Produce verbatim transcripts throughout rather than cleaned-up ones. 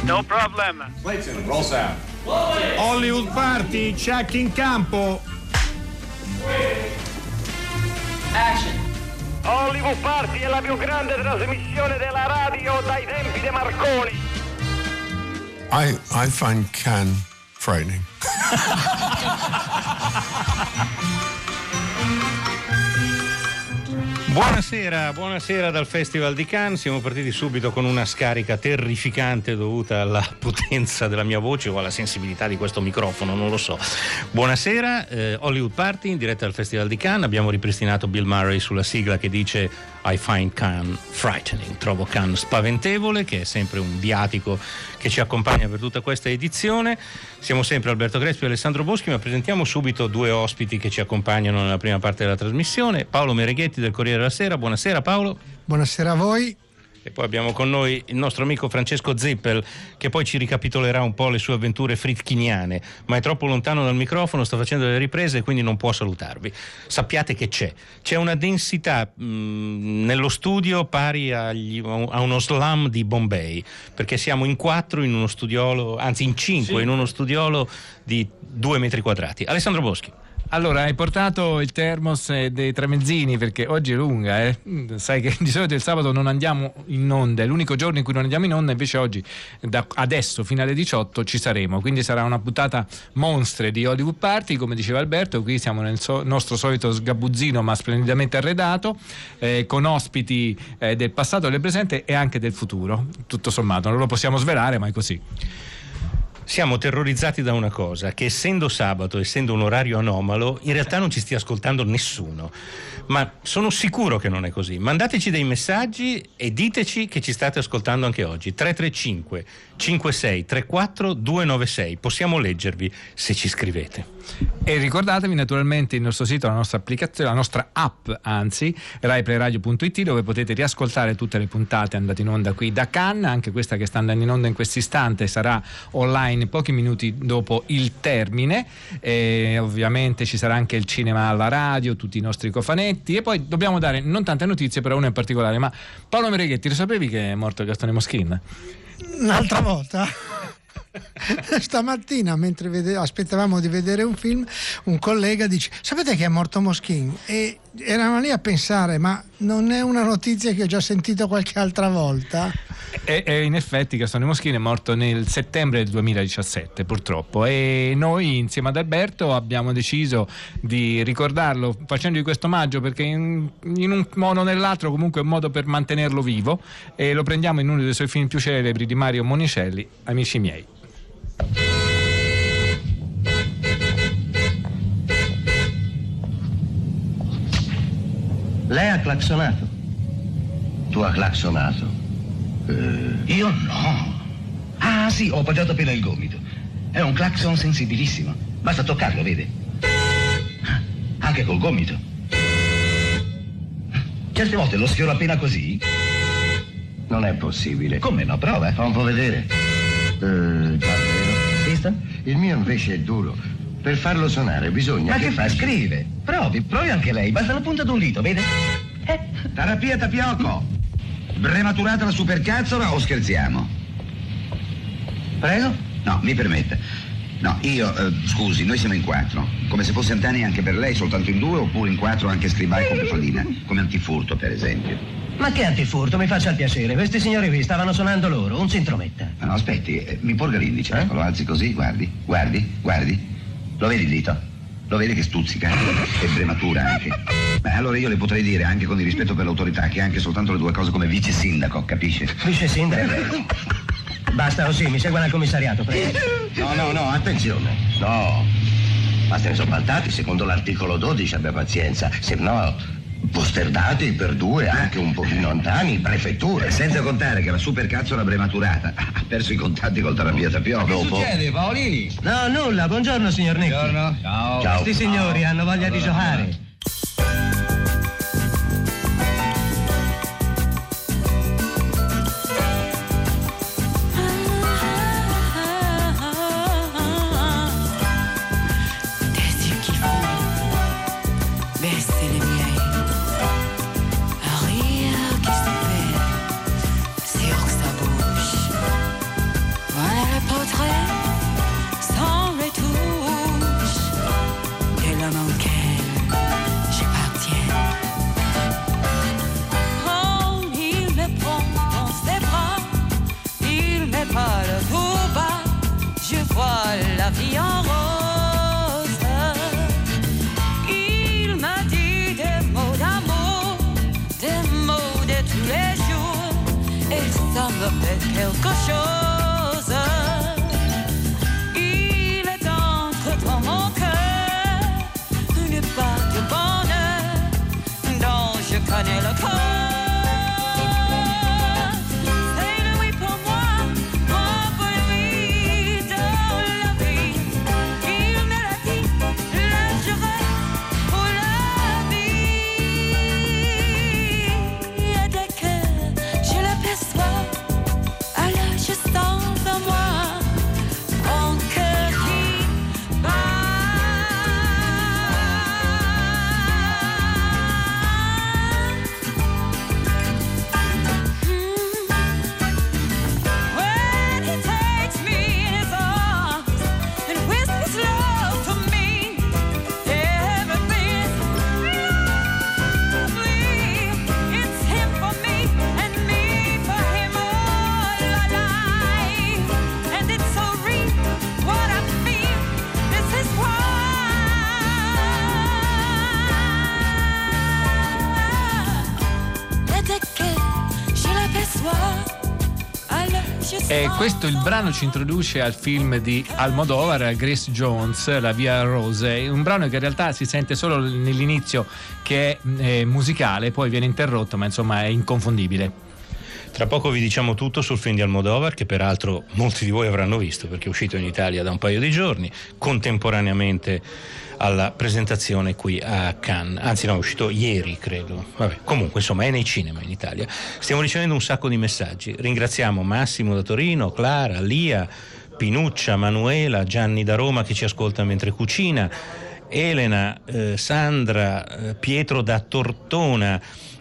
No problem. Clayton, roll sound. Hollywood Party, check in campo. Action. Hollywood Party è la più grande trasmissione della radio dai tempi di Marconi. I I find Cannes frightening. Buonasera, buonasera dal Festival di Cannes. Siamo partiti subito con una scarica terrificante dovuta alla potenza della mia voce o alla sensibilità di questo microfono, non lo so. Buonasera, eh, Hollywood Party in diretta dal Festival di Cannes. Abbiamo ripristinato Bill Murray sulla sigla che dice I find Cannes frightening. Trovo Cannes spaventevole, che è sempre un viatico che ci accompagna per tutta questa edizione. Siamo sempre Alberto Crespi e Alessandro Boschi, ma presentiamo subito due ospiti che ci accompagnano nella prima parte della trasmissione. Paolo Mereghetti del Corriere della Sera. Buonasera Paolo. Buonasera a voi. E poi abbiamo con noi il nostro amico Francesco Zeppel, che poi ci ricapitolerà un po' le sue avventure fritkiniane, ma è troppo lontano dal microfono, sta facendo delle riprese e quindi non può salutarvi. Sappiate che c'è c'è una densità mh, nello studio pari agli, a uno slam di Bombay, perché siamo in quattro in uno studiolo, anzi in cinque, sì, in uno studiolo di due metri quadrati. Alessandro Boschi. Allora, hai portato il termos dei tramezzini perché oggi è lunga, eh? Sai che di solito il sabato non andiamo in onda, è l'unico giorno in cui non andiamo in onda, invece oggi da adesso fino alle diciotto ci saremo, quindi sarà una puntata monstre di Hollywood Party, come diceva Alberto. Qui siamo nel so- nostro solito sgabuzzino ma splendidamente arredato, eh, con ospiti eh, del passato, del presente e anche del futuro, tutto sommato, non lo possiamo svelare ma è così. Siamo terrorizzati da una cosa, che essendo sabato, essendo un orario anomalo, in realtà non ci stia ascoltando nessuno. Ma sono sicuro che non è così. Mandateci dei messaggi e diteci che ci state ascoltando anche oggi. tre tre cinque cinque sei tre quattro due nove sei. Possiamo leggervi se ci scrivete. E ricordatevi naturalmente il nostro sito, la nostra applicazione, la nostra app, anzi, rai play radio punto it, dove potete riascoltare tutte le puntate andate in onda qui da Cannes. Anche questa che sta andando in onda in questo istante sarà online pochi minuti dopo il termine. E ovviamente ci sarà anche il cinema alla radio, tutti i nostri cofanetti. E poi dobbiamo dare non tante notizie, però una in particolare. Ma Paolo Mereghetti, lo sapevi che è morto Gastone Moschin? Un'altra volta? Stamattina, mentre vede- aspettavamo di vedere un film, un collega dice: sapete che è morto Moschin? E eravamo lì a pensare, ma non è una notizia che ho già sentito qualche altra volta? E, e in effetti Gastone Moschin è morto nel settembre del duemiladiciassette, purtroppo, e noi insieme ad Alberto abbiamo deciso di ricordarlo facendogli questo omaggio, perché in, in un modo o nell'altro comunque è un modo per mantenerlo vivo, e lo prendiamo in uno dei suoi film più celebri di Mario Monicelli, Amici miei. Lei ha clacsonato? Tu hai clacsonato? Eh... Io no. Ah sì, ho appoggiato appena il gomito. È un clacson sensibilissimo. Basta toccarlo, vede? Anche col gomito. Certe volte lo sfioro appena così. Non è possibile. Come no? Prova. Fa un po' vedere. Eh, davvero? Visto? Il mio invece è duro. Per farlo suonare bisogna. Ma che, che fa? Faccia... Scrive. Provi, provi anche lei. Basta la punta d'un dito, vede? Eh. Terapia tapioco. Brematurata la supercazzola o scherziamo? Prego? No, mi permetta. No, io, eh, scusi, noi siamo in quattro. Come se fosse anni anche per lei, soltanto in due, oppure in quattro anche scribai con Befalina. Come antifurto, per esempio. Ma che antifurto, mi faccia il piacere. Questi signori qui stavano suonando loro, un si intrometta. No, aspetti, eh, mi porga l'indice. Eh? Ecco, lo alzi così, guardi, guardi, guardi. Lo vedi il dito? Lo vede che stuzzica e brematura anche. Beh, allora io le potrei dire, anche con il rispetto per l'autorità, che anche soltanto le due cose come vice sindaco, capisce? Vice sindaco? Basta così, mi seguono al commissariato, prego. No, no, no, attenzione. No. Basta esobaltati, secondo l'articolo dodici, abbia pazienza. Se no, posterdati per due, anche un pochino lontani, prefetture. Senza contare che la supercazzola brematurata ha perso i contatti col terapia tapioco. Che succede, Paolini? No, nulla. Buongiorno, signor Necchi. Buongiorno. Ciao. Ciao. Questi signori Ciao. hanno voglia Ciao. di giocare. n'est pas le tout bas, je vois la vie en rose. Il m'a dit des mots d'amour, des mots de tous les jours, et ça me fait quelque chose. Il est entre dans mon cœur une part de bonheur dont je connais le corps. E questo il brano ci introduce al film di Almodovar, Grace Jones, La Via Rose, un brano che in realtà si sente solo nell'inizio, che è eh, musicale, poi viene interrotto, ma insomma è inconfondibile. Tra poco vi diciamo tutto sul film di Almodovar, che peraltro molti di voi avranno visto perché è uscito in Italia da un paio di giorni, contemporaneamente alla presentazione qui a Cannes, anzi no, è uscito ieri credo. Vabbè, comunque insomma è nei cinema in Italia. Stiamo ricevendo un sacco di messaggi, ringraziamo Massimo da Torino, Clara, Lia, Pinuccia, Manuela, Gianni da Roma che ci ascolta mentre cucina, Elena, eh, Sandra, eh, Pietro da Tortona,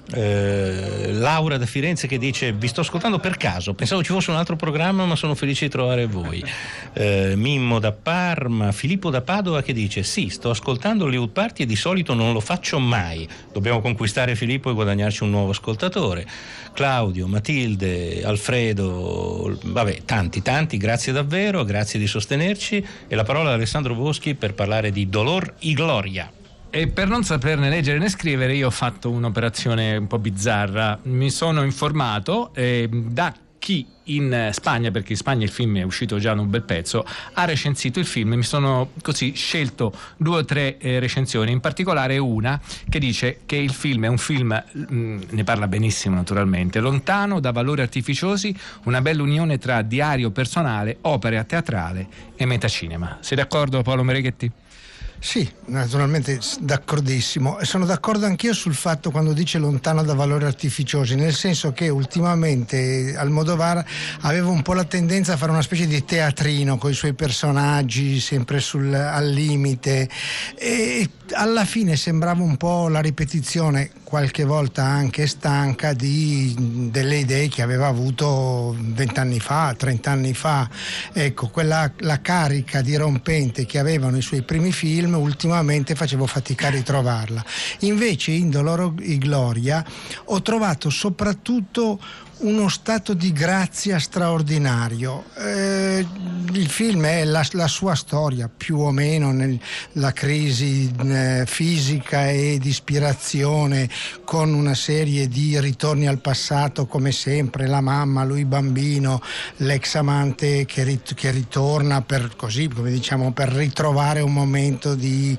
Eh, Laura da Firenze che dice: vi sto ascoltando per caso, pensavo ci fosse un altro programma ma sono felice di trovare voi. eh, Mimmo da Parma, Filippo da Padova che dice: sì, sto ascoltando Hollywood Party e di solito non lo faccio mai, dobbiamo conquistare Filippo e guadagnarci un nuovo ascoltatore. Claudio, Matilde, Alfredo, vabbè, tanti tanti, grazie davvero, grazie di sostenerci. E la parola ad Alessandro Boschi per parlare di Dolor y Gloria. E per non saperne leggere né scrivere io ho fatto un'operazione un po' bizzarra. Mi sono informato eh, da chi in Spagna, perché in Spagna il film è uscito già un bel pezzo, ha recensito il film. Mi sono così scelto due o tre eh, recensioni, in particolare una che dice che il film è un film, mh, ne parla benissimo naturalmente, lontano da valori artificiosi, una bella unione tra diario personale, opera teatrale e metacinema. Sei d'accordo Paolo Mereghetti? Sì, naturalmente d'accordissimo. E sono d'accordo anch'io sul fatto quando dice lontano da valori artificiosi, nel senso che ultimamente Almodovar aveva un po' la tendenza a fare una specie di teatrino con i suoi personaggi sempre sul, al limite, e alla fine sembrava un po' la ripetizione, qualche volta anche stanca, di delle idee che aveva avuto vent'anni fa, trent'anni fa. Ecco, quella la carica dirompente che avevano i suoi primi film ultimamente facevo fatica a ritrovarla. Invece in Dolor y Gloria ho trovato soprattutto uno stato di grazia straordinario. Eh, il film è la, la sua storia, più o meno nella crisi eh, fisica e di ispirazione, con una serie di ritorni al passato come sempre, la mamma, lui bambino, l'ex amante che, rit- che ritorna per così, come diciamo, per ritrovare un momento di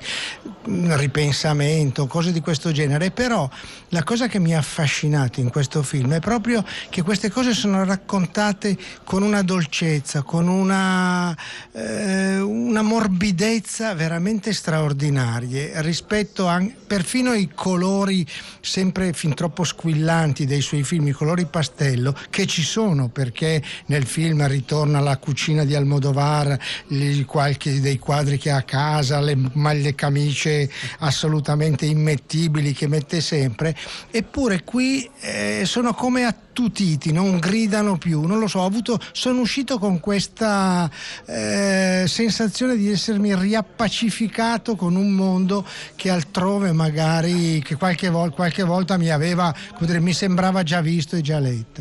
ripensamento, cose di questo genere. Però la cosa che mi ha affascinato in questo film è proprio che queste cose sono raccontate con una dolcezza, con una, eh, una morbidezza veramente straordinarie, rispetto a perfino ai colori sempre fin troppo squillanti dei suoi film, i colori pastello che ci sono, perché nel film ritorna la cucina di Almodovar, gli, qualche dei quadri che ha a casa, le maglie camicie assolutamente immettibili che mette sempre. Eppure qui eh, sono come attutiti, non gridano più, non lo so, ho avuto, sono uscito con questa eh, sensazione di essermi riappacificato con un mondo che altrove magari, che qualche, vol- qualche volta mi aveva, mi sembrava già visto e già letto.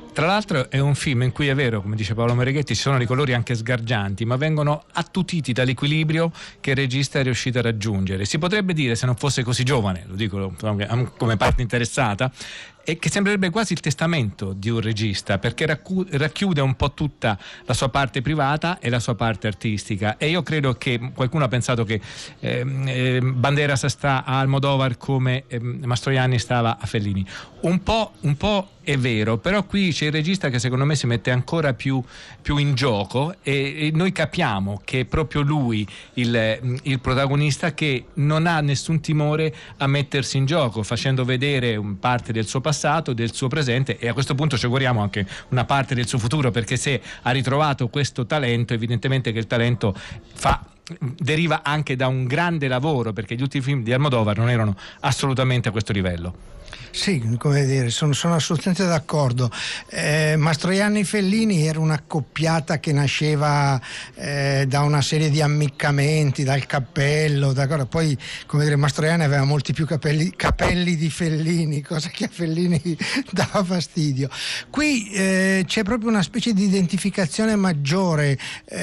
Tra l'altro è un film in cui è vero, come dice Paolo Mereghetti, ci sono dei colori anche sgargianti, ma vengono attutiti dall'equilibrio che il regista è riuscito a raggiungere. Si potrebbe dire, se non fosse così giovane, lo dico come parte interessata, e che sembrerebbe quasi il testamento di un regista, perché raccu- racchiude un po' tutta la sua parte privata e la sua parte artistica. E io credo che qualcuno ha pensato che eh, eh, Banderas sta a Almodovar come eh, Mastroianni stava a Fellini. Un po', un po' è vero, però qui c'è il regista che secondo me si mette ancora più, più in gioco, e, e noi capiamo che è proprio lui il, il protagonista, che non ha nessun timore a mettersi in gioco, facendo vedere un parte del suo passato, del suo presente, e a questo punto ci auguriamo anche una parte del suo futuro, perché se ha ritrovato questo talento, evidentemente che il talento fa deriva anche da un grande lavoro, perché gli ultimi film di Almodovar non erano assolutamente a questo livello. Sì, come dire, sono, sono assolutamente d'accordo. Eh, Mastroianni Fellini era una coppiata che nasceva eh, da una serie di ammiccamenti, dal cappello, d'accordo? Poi, come dire, Mastroianni aveva molti più capelli, capelli di Fellini, cosa che a Fellini dava fastidio. Qui eh, c'è proprio una specie di identificazione maggiore.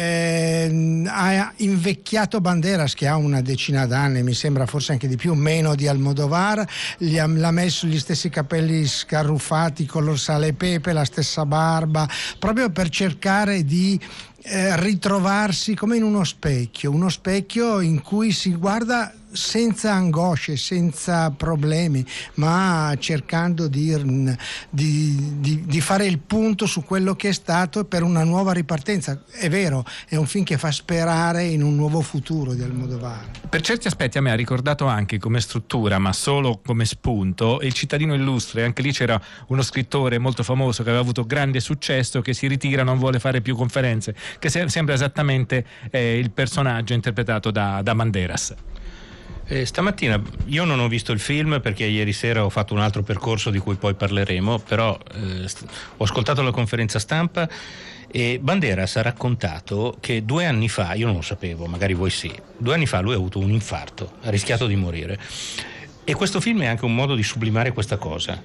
Eh, ha invecchiato Banderas, che ha una decina d'anni, mi sembra, forse anche di più, meno di Almodovar, gli ha, l'ha messo gli stessi capelli scarruffati, color sale e pepe, la stessa barba, proprio per cercare di eh, ritrovarsi come in uno specchio, uno specchio in cui si guarda senza angosce, senza problemi, ma cercando di, di, di, di fare il punto su quello che è stato per una nuova ripartenza. È vero, è un film che fa sperare in un nuovo futuro di Almodovar. Per certi aspetti a me ha ricordato anche come struttura, ma solo come spunto, Il cittadino illustre. Anche lì c'era uno scrittore molto famoso che aveva avuto grande successo, che si ritira, non vuole fare più conferenze, che se, sembra esattamente eh, il personaggio interpretato da, da Banderas. Eh, stamattina io non ho visto il film perché ieri sera ho fatto un altro percorso di cui poi parleremo, però eh, st- ho ascoltato la conferenza stampa e Banderas ha raccontato che due anni fa, io non lo sapevo, magari voi sì, due anni fa lui ha avuto un infarto, ha rischiato di morire, e questo film è anche un modo di sublimare questa cosa,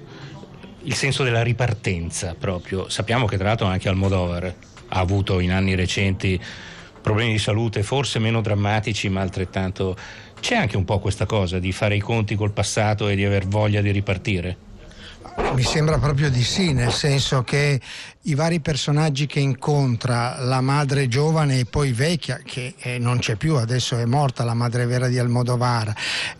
il senso della ripartenza proprio. Sappiamo che tra l'altro anche Almodovar ha avuto in anni recenti problemi di salute forse meno drammatici, ma altrettanto c'è anche un po' questa cosa di fare i conti col passato e di aver voglia di ripartire. Mi sembra proprio di sì, nel senso che i vari personaggi che incontra, la madre giovane e poi vecchia, che eh, non c'è più, adesso è morta la madre vera di Almodovar,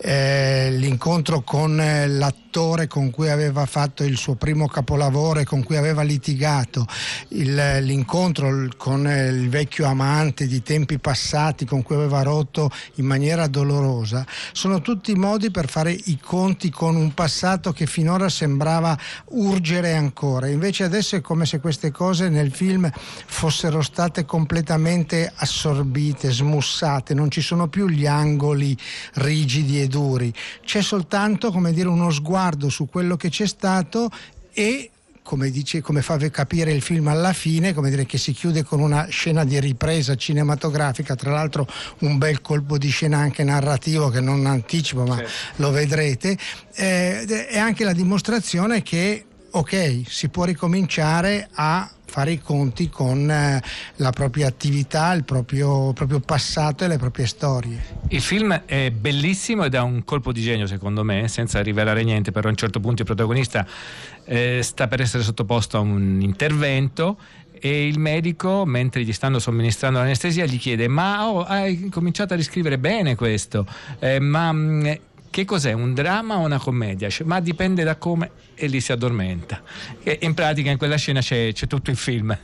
eh, l'incontro con eh, l'attore con cui aveva fatto il suo primo capolavoro e con cui aveva litigato, il, l'incontro con eh, il vecchio amante di tempi passati con cui aveva rotto in maniera dolorosa, sono tutti modi per fare i conti con un passato che finora sembrava urgere ancora. Invece adesso è come se queste cose nel film fossero state completamente assorbite, smussate, non ci sono più gli angoli rigidi e duri, c'è soltanto, come dire, uno sguardo su quello che c'è stato e, come dice, come fa capire il film alla fine, come dire, che si chiude con una scena di ripresa cinematografica, tra l'altro un bel colpo di scena anche narrativo che non anticipo, ma certo, lo vedrete, eh, è anche la dimostrazione che ok, si può ricominciare a fare i conti con eh, la propria attività, il proprio, il proprio passato e le proprie storie. Il film è bellissimo ed ha un colpo di genio, secondo me, senza rivelare niente, però a un certo punto il protagonista eh, sta per essere sottoposto a un intervento e il medico, mentre gli stanno somministrando l'anestesia, gli chiede: ma oh, hai cominciato a riscrivere bene questo, eh, ma mh, che cos'è, un dramma o una commedia? Ma dipende da come, e lì si addormenta. E in pratica in quella scena c'è, c'è tutto il film.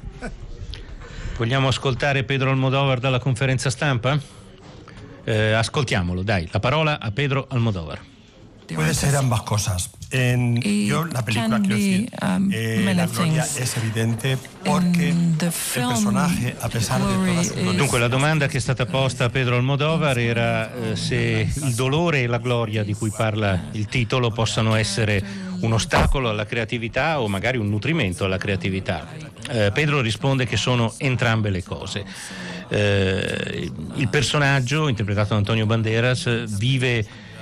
Vogliamo ascoltare Pedro Almodovar dalla conferenza stampa? Eh, ascoltiamolo, dai, la parola a Pedro Almodovar. Puede ser ambas cosas. En, yo la película quiero decir, eh, la gloria es evidente porque el personaje, a pesar de todas sus... Dunque la domanda che è stata posta a Pedro Almodovar era eh, se il dolore e la gloria di cui parla il titolo possano essere un ostacolo alla creatività o magari un nutrimento alla creatività. Eh, Pedro risponde che sono entrambe le cose. Eh, il personaggio interpretato da Antonio Banderas vive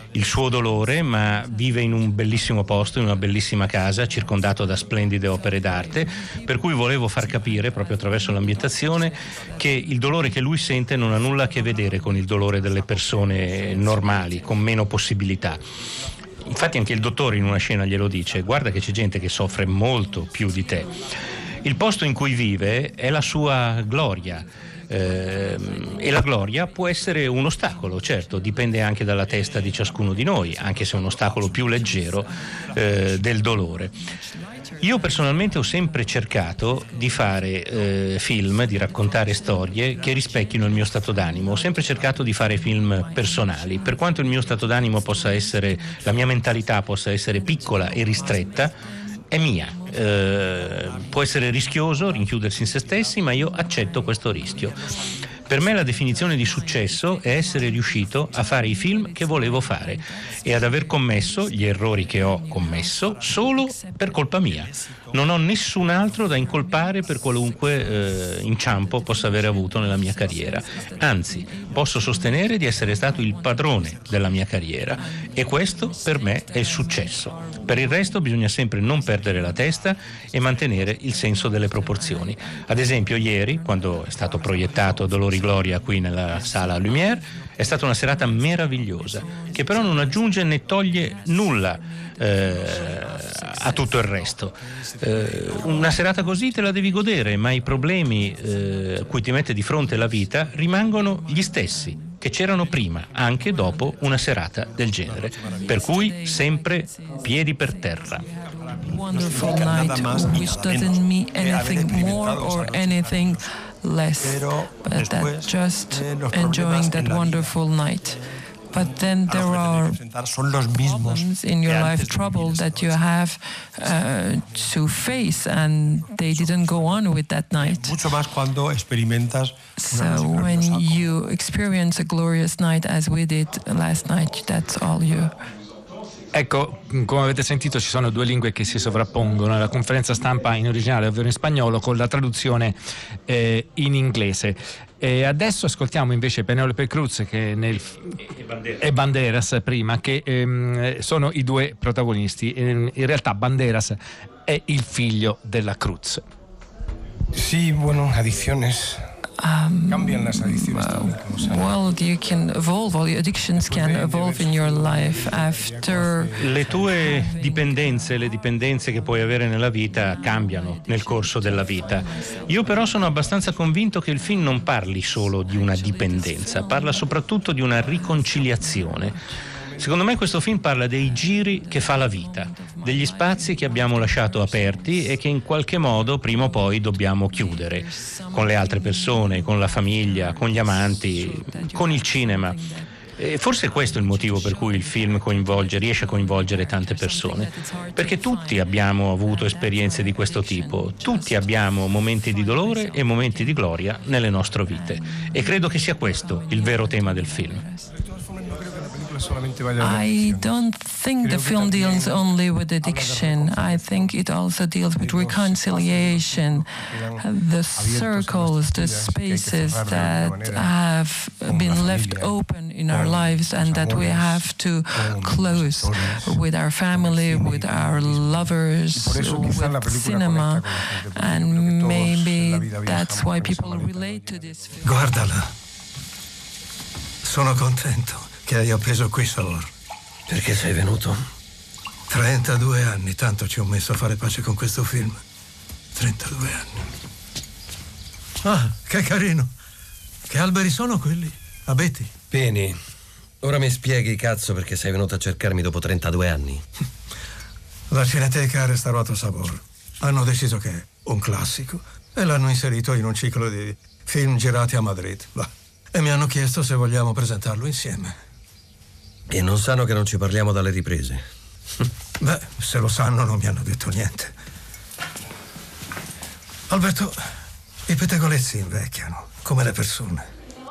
il suo dolore, ma vive in un bellissimo posto, in una bellissima casa, circondato da splendide opere d'arte, per cui volevo far capire, proprio attraverso l'ambientazione, che il dolore che lui sente non ha nulla a che vedere con il dolore delle persone normali, con meno possibilità. Infatti anche il dottore in una scena glielo dice: guarda che c'è gente che soffre molto più di te. Il posto in cui vive è la sua gloria. Eh, e la gloria può essere un ostacolo, certo, dipende anche dalla testa di ciascuno di noi, anche se è un ostacolo più leggero eh, del dolore. Io personalmente ho sempre cercato di fare eh, film, di raccontare storie che rispecchino il mio stato d'animo. Ho sempre cercato di fare film personali, per quanto il mio stato d'animo possa essere, la mia mentalità possa essere piccola e ristretta, è mia. Eh, può essere rischioso rinchiudersi in se stessi, ma io accetto questo rischio. Per me la definizione di successo è essere riuscito a fare i film che volevo fare e ad aver commesso gli errori che ho commesso solo per colpa mia. Non ho nessun altro da incolpare per qualunque eh, inciampo possa aver avuto nella mia carriera. Anzi, posso sostenere di essere stato il padrone della mia carriera e questo per me è il successo. Per il resto bisogna sempre non perdere la testa e mantenere il senso delle proporzioni. Ad esempio ieri, quando è stato proiettato Dolori Gloria qui nella sala Lumière, è stata una serata meravigliosa, che però non aggiunge né toglie nulla eh, a tutto il resto. Eh, una serata così te la devi godere, ma i problemi eh, a cui ti mette di fronte la vita rimangono gli stessi che c'erano prima, anche dopo una serata del genere. Per cui sempre piedi per terra. Wonderful night, which doesn't mean anything more or anything less, but that just enjoying that wonderful night. But then there are problems in your life, trouble that you have uh, to face, and they didn't go on with that night. So when you experience a glorious night as we did last night, that's all you. Ecco, come avete sentito ci sono due lingue che si sovrappongono, la conferenza stampa in originale, ovvero in spagnolo, con la traduzione eh, in inglese. E adesso ascoltiamo invece Penélope Cruz che nel, e, Banderas. e Banderas prima, che ehm, sono i due protagonisti. In realtà Banderas è il figlio della Cruz. Sí, bueno, adicciones. Um, well, you can evolve, all your addictions can evolve in your life after. Le tue dipendenze, le dipendenze che puoi avere nella vita cambiano nel corso della vita. Io però sono abbastanza convinto che il film non parli solo di una dipendenza, parla soprattutto di una riconciliazione. Secondo me questo film parla dei giri che fa la vita, degli spazi che abbiamo lasciato aperti e che in qualche modo prima o poi dobbiamo chiudere, con le altre persone, con la famiglia, con gli amanti, con il cinema. E forse questo è il motivo per cui il film coinvolge, riesce a coinvolgere tante persone, perché tutti abbiamo avuto esperienze di questo tipo, tutti abbiamo momenti di dolore e momenti di gloria nelle nostre vite, e credo che sia questo il vero tema del film. I don't think the film deals only with addiction. I think it also deals with reconciliation, the circles, the spaces that have been left open in our lives and that we have to close with our family, with our lovers, with cinema, and maybe that's why people relate to this film. Guardala, sono contento che hai appeso qui, Salor. Perché sei venuto? trentadue anni, tanto ci ho messo a fare pace con questo film. trentadue anni. Ah, che carino. Che alberi sono quelli? Abeti? Penny, ora mi spieghi, cazzo, perché sei venuto a cercarmi dopo trentadue anni. La Cineteca ha restaurato Sabor. Hanno deciso che è un classico e l'hanno inserito in un ciclo di film girati a Madrid. Bah. E mi hanno chiesto se vogliamo presentarlo insieme. E non sanno che non ci parliamo dalle riprese? Beh, se lo sanno non mi hanno detto niente. Alberto, i pettegolezzi invecchiano, come le persone.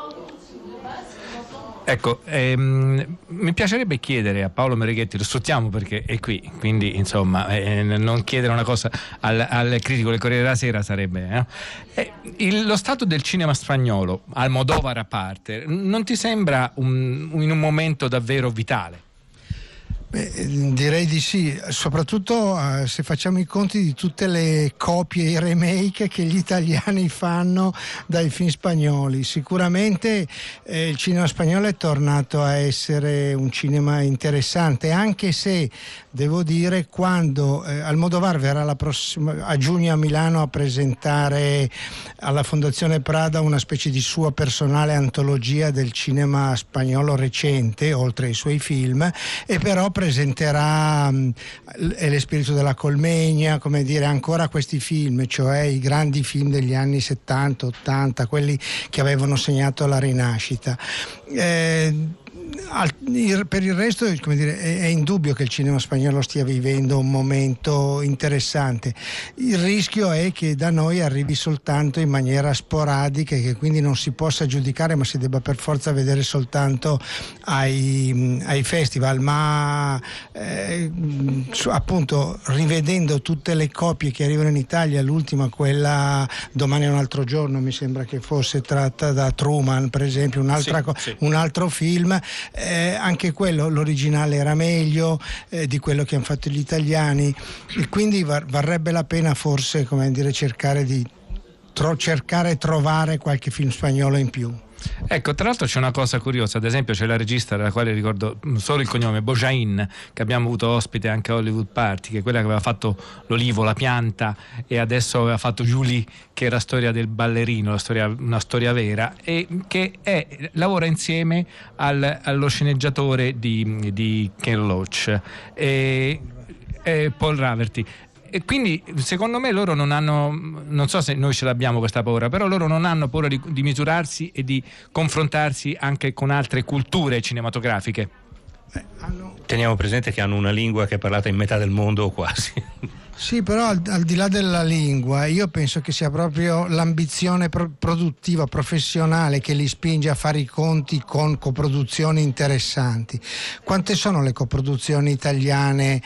Ecco, ehm, mi piacerebbe chiedere a Paolo Mereghetti, lo sfruttiamo perché è qui, quindi insomma eh, non chiedere una cosa al, al critico del Corriere della Sera sarebbe eh? Eh, il, lo stato del cinema spagnolo, Almodóvar a parte, non ti sembra un, in un momento davvero vitale? Beh, direi di sì, soprattutto eh, se facciamo i conti di tutte le copie e i remake che gli italiani fanno dai film spagnoli. Sicuramente eh, il cinema spagnolo è tornato a essere un cinema interessante, anche se devo dire, quando eh, Almodovar verrà la prossima, a giugno a Milano a presentare alla Fondazione Prada una specie di sua personale antologia del cinema spagnolo recente, oltre ai suoi film, e però presenterà um, El Spirito della Colmena, come dire, ancora questi film, cioè i grandi film degli anni settanta ottanta, quelli che avevano segnato la rinascita. Eh, Per il resto, come dire, è indubbio che il cinema spagnolo stia vivendo un momento interessante. Il rischio è che da noi arrivi soltanto in maniera sporadica e che quindi non si possa giudicare, ma si debba per forza vedere soltanto ai, ai festival. Ma eh, appunto, rivedendo tutte le copie che arrivano in Italia, l'ultima, quella Domani è un altro giorno, mi sembra che fosse tratta da Truman, per esempio, un'altra, sì, sì. un altro film. Eh, anche quello, l'originale era meglio eh, di quello che hanno fatto gli italiani, e quindi var- varrebbe la pena forse, come dire, cercare di tro- cercare e trovare qualche film spagnolo in più. Ecco, tra l'altro c'è una cosa curiosa, ad esempio c'è la regista della quale ricordo solo il cognome, Bojain, che abbiamo avuto ospite anche a Hollywood Party, che è quella che aveva fatto L'Olivo, La Pianta, e adesso aveva fatto Julie, che era storia del ballerino, la storia, una storia vera, e che è, lavora insieme al, allo sceneggiatore di, di Ken Loach e, e Paul Raverty. E quindi secondo me loro non hanno, non so se noi ce l'abbiamo questa paura, però loro non hanno paura di, di misurarsi e di confrontarsi anche con altre culture cinematografiche. Eh, hanno... Teniamo presente che hanno una lingua che è parlata in metà del mondo o quasi. Sì, però al, al di là della lingua, io penso che sia proprio l'ambizione pro- produttiva, professionale, che li spinge a fare i conti con coproduzioni interessanti. Quante sono le coproduzioni italiane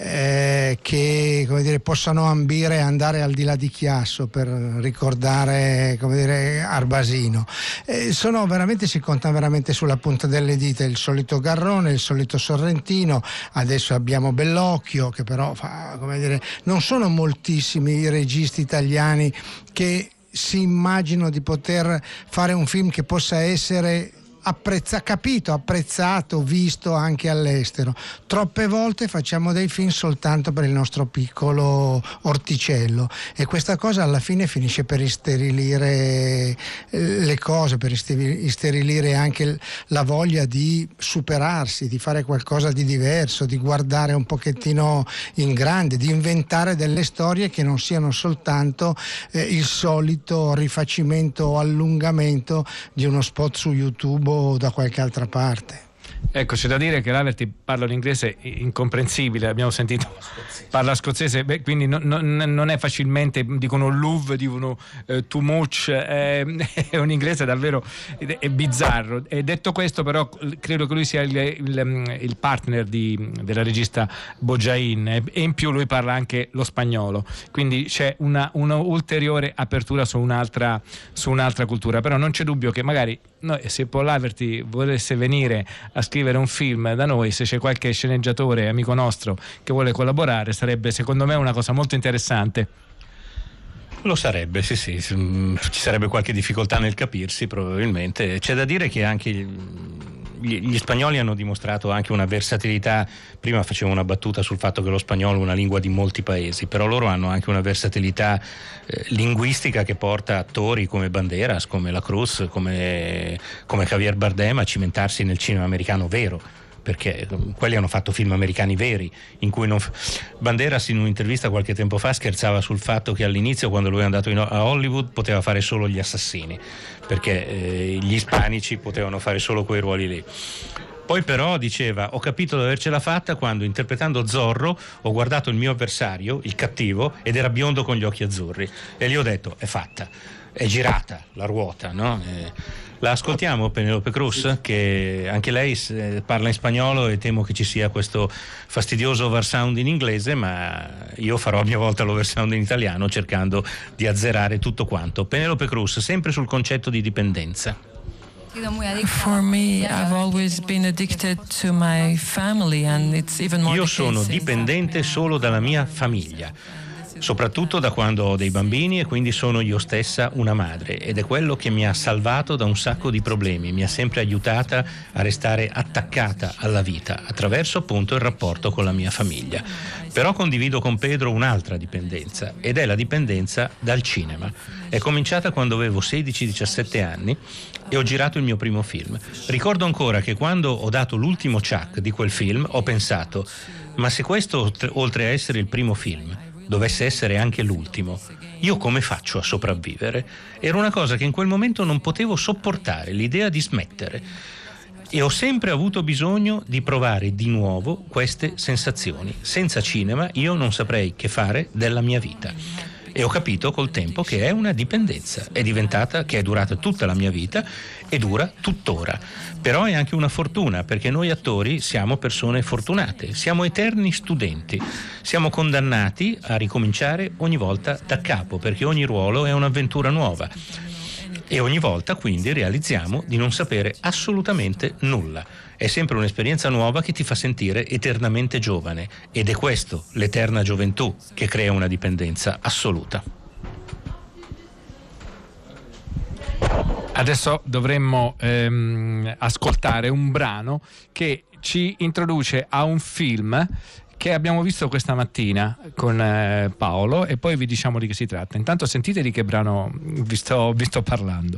eh, che, come dire, possano ambire a andare al di là di Chiasso, per ricordare, come dire, Arbasino? Eh, sono veramente, si contano veramente sulla punta delle dita. Il solito Garrone, il solito Sorrentino, adesso abbiamo Bellocchio, che però fa, come dire, non sono moltissimi i registi italiani che si immaginano di poter fare un film che possa essere apprezzato, capito, apprezzato, visto anche all'estero. Troppe volte facciamo dei film soltanto per il nostro piccolo orticello, e questa cosa alla fine finisce per isterilire le cose, per isterilire anche la voglia di superarsi, di fare qualcosa di diverso, di guardare un pochettino in grande, di inventare delle storie che non siano soltanto eh, il solito rifacimento o allungamento di uno spot su YouTube o da qualche altra parte. Ecco, c'è da dire che Raverty parla un inglese incomprensibile, abbiamo sentito, parla scozzese, beh, quindi non, non, non è facilmente, dicono Louvre, dicono eh, too much, eh, è un inglese davvero è, è bizzarro. E detto questo, però, credo che lui sia il, il, il partner di, della regista Bojain, e in più lui parla anche lo spagnolo, quindi c'è una, una ulteriore apertura su un'altra, su un'altra cultura. Però non c'è dubbio che magari noi, se Paul Raverty volesse venire a scrivere un film da noi, se c'è qualche sceneggiatore amico nostro che vuole collaborare, sarebbe secondo me una cosa molto interessante. Lo sarebbe, sì sì, ci sarebbe qualche difficoltà nel capirsi probabilmente. C'è da dire che anche gli, gli spagnoli hanno dimostrato anche una versatilità. Prima facevo una battuta sul fatto che lo spagnolo è una lingua di molti paesi, però loro hanno anche una versatilità eh, linguistica che porta attori come Banderas, come La Cruz, come, come Javier Bardem a cimentarsi nel cinema americano vero, perché quelli hanno fatto film americani veri, in cui non f... Banderas in un'intervista qualche tempo fa scherzava sul fatto che all'inizio, quando lui è andato in... a Hollywood, poteva fare solo gli assassini, perché eh, gli ispanici potevano fare solo quei ruoli lì. Poi però diceva: ho capito di avercela fatta quando, interpretando Zorro, ho guardato il mio avversario, il cattivo, ed era biondo con gli occhi azzurri, e gli ho detto: è fatta, è girata la ruota, no? Eh, La ascoltiamo Penelope Cruz, che anche lei parla in spagnolo e temo che ci sia questo fastidioso oversound in inglese, ma io farò a mia volta l'oversound in italiano cercando di azzerare tutto quanto. Penelope Cruz, sempre sul concetto di dipendenza. For me, I've always been addicted to my family and it's even more Io the sono case dipendente solo dalla mia famiglia, soprattutto da quando ho dei bambini e quindi sono io stessa una madre, ed è quello che mi ha salvato da un sacco di problemi, mi ha sempre aiutata a restare attaccata alla vita attraverso appunto il rapporto con la mia famiglia. Però condivido con Pedro un'altra dipendenza, ed è la dipendenza dal cinema. È cominciata quando avevo sedici diciassette anni e ho girato il mio primo film. Ricordo ancora che quando ho dato l'ultimo ciak di quel film ho pensato: ma se questo, oltre a essere il primo film, dovesse essere anche l'ultimo, io come faccio a sopravvivere? Era una cosa che in quel momento non potevo sopportare, l'idea di smettere. E ho sempre avuto bisogno di provare di nuovo queste sensazioni. Senza cinema io non saprei che fare della mia vita. E ho capito col tempo che è una dipendenza, è diventata, che è durata tutta la mia vita e dura tuttora. Però è anche una fortuna, perché noi attori siamo persone fortunate, siamo eterni studenti, siamo condannati a ricominciare ogni volta da capo, perché ogni ruolo è un'avventura nuova. E ogni volta quindi realizziamo di non sapere assolutamente nulla. È sempre un'esperienza nuova che ti fa sentire eternamente giovane, ed è questo, l'eterna gioventù, che crea una dipendenza assoluta. Adesso dovremmo ehm, ascoltare un brano che ci introduce a un film che abbiamo visto questa mattina con eh, Paolo, e poi vi diciamo di che si tratta. Intanto sentite di che brano vi sto, vi sto parlando.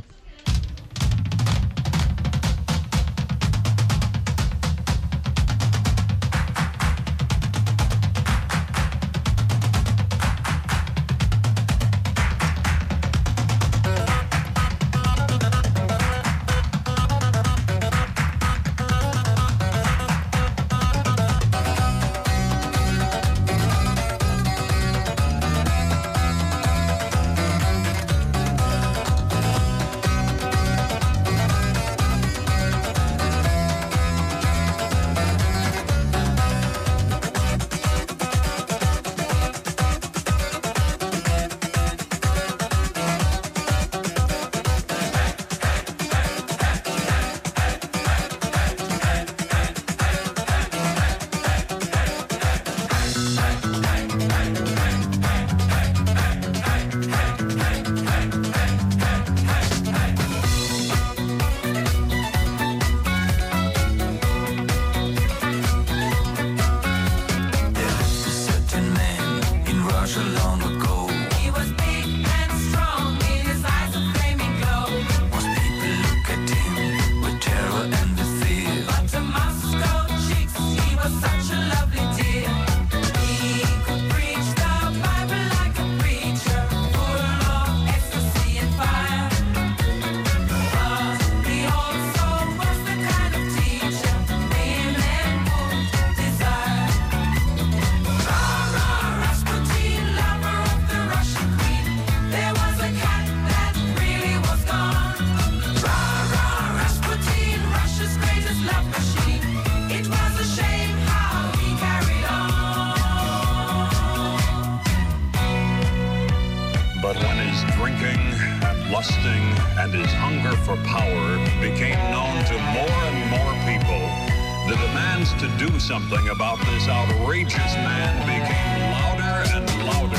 Something about this outrageous man became louder and louder.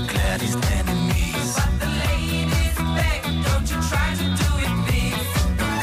But the ladies beg, don't you try to do it, please.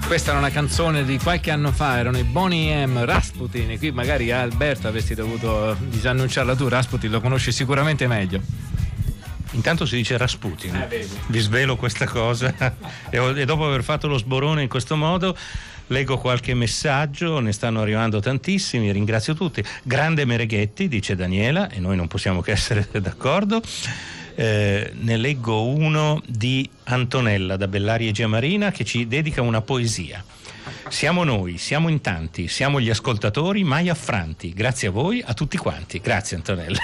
Questa era una canzone di qualche anno fa, erano i Boney M, Rasputin, e qui magari Alberto avresti dovuto disannunciarla tu. Rasputin lo conosci sicuramente meglio. Intanto si dice Rasputin, eh, vi svelo questa cosa e, e dopo aver fatto lo sborone in questo modo leggo qualche messaggio, ne stanno arrivando tantissimi, ringrazio tutti. Grande Mereghetti, dice Daniela, e noi non possiamo che essere d'accordo. Eh, ne leggo uno di Antonella da Bellaria Giamarina che ci dedica una poesia. Siamo noi, siamo in tanti, siamo gli ascoltatori mai affranti, grazie a voi, a tutti quanti. Grazie Antonella,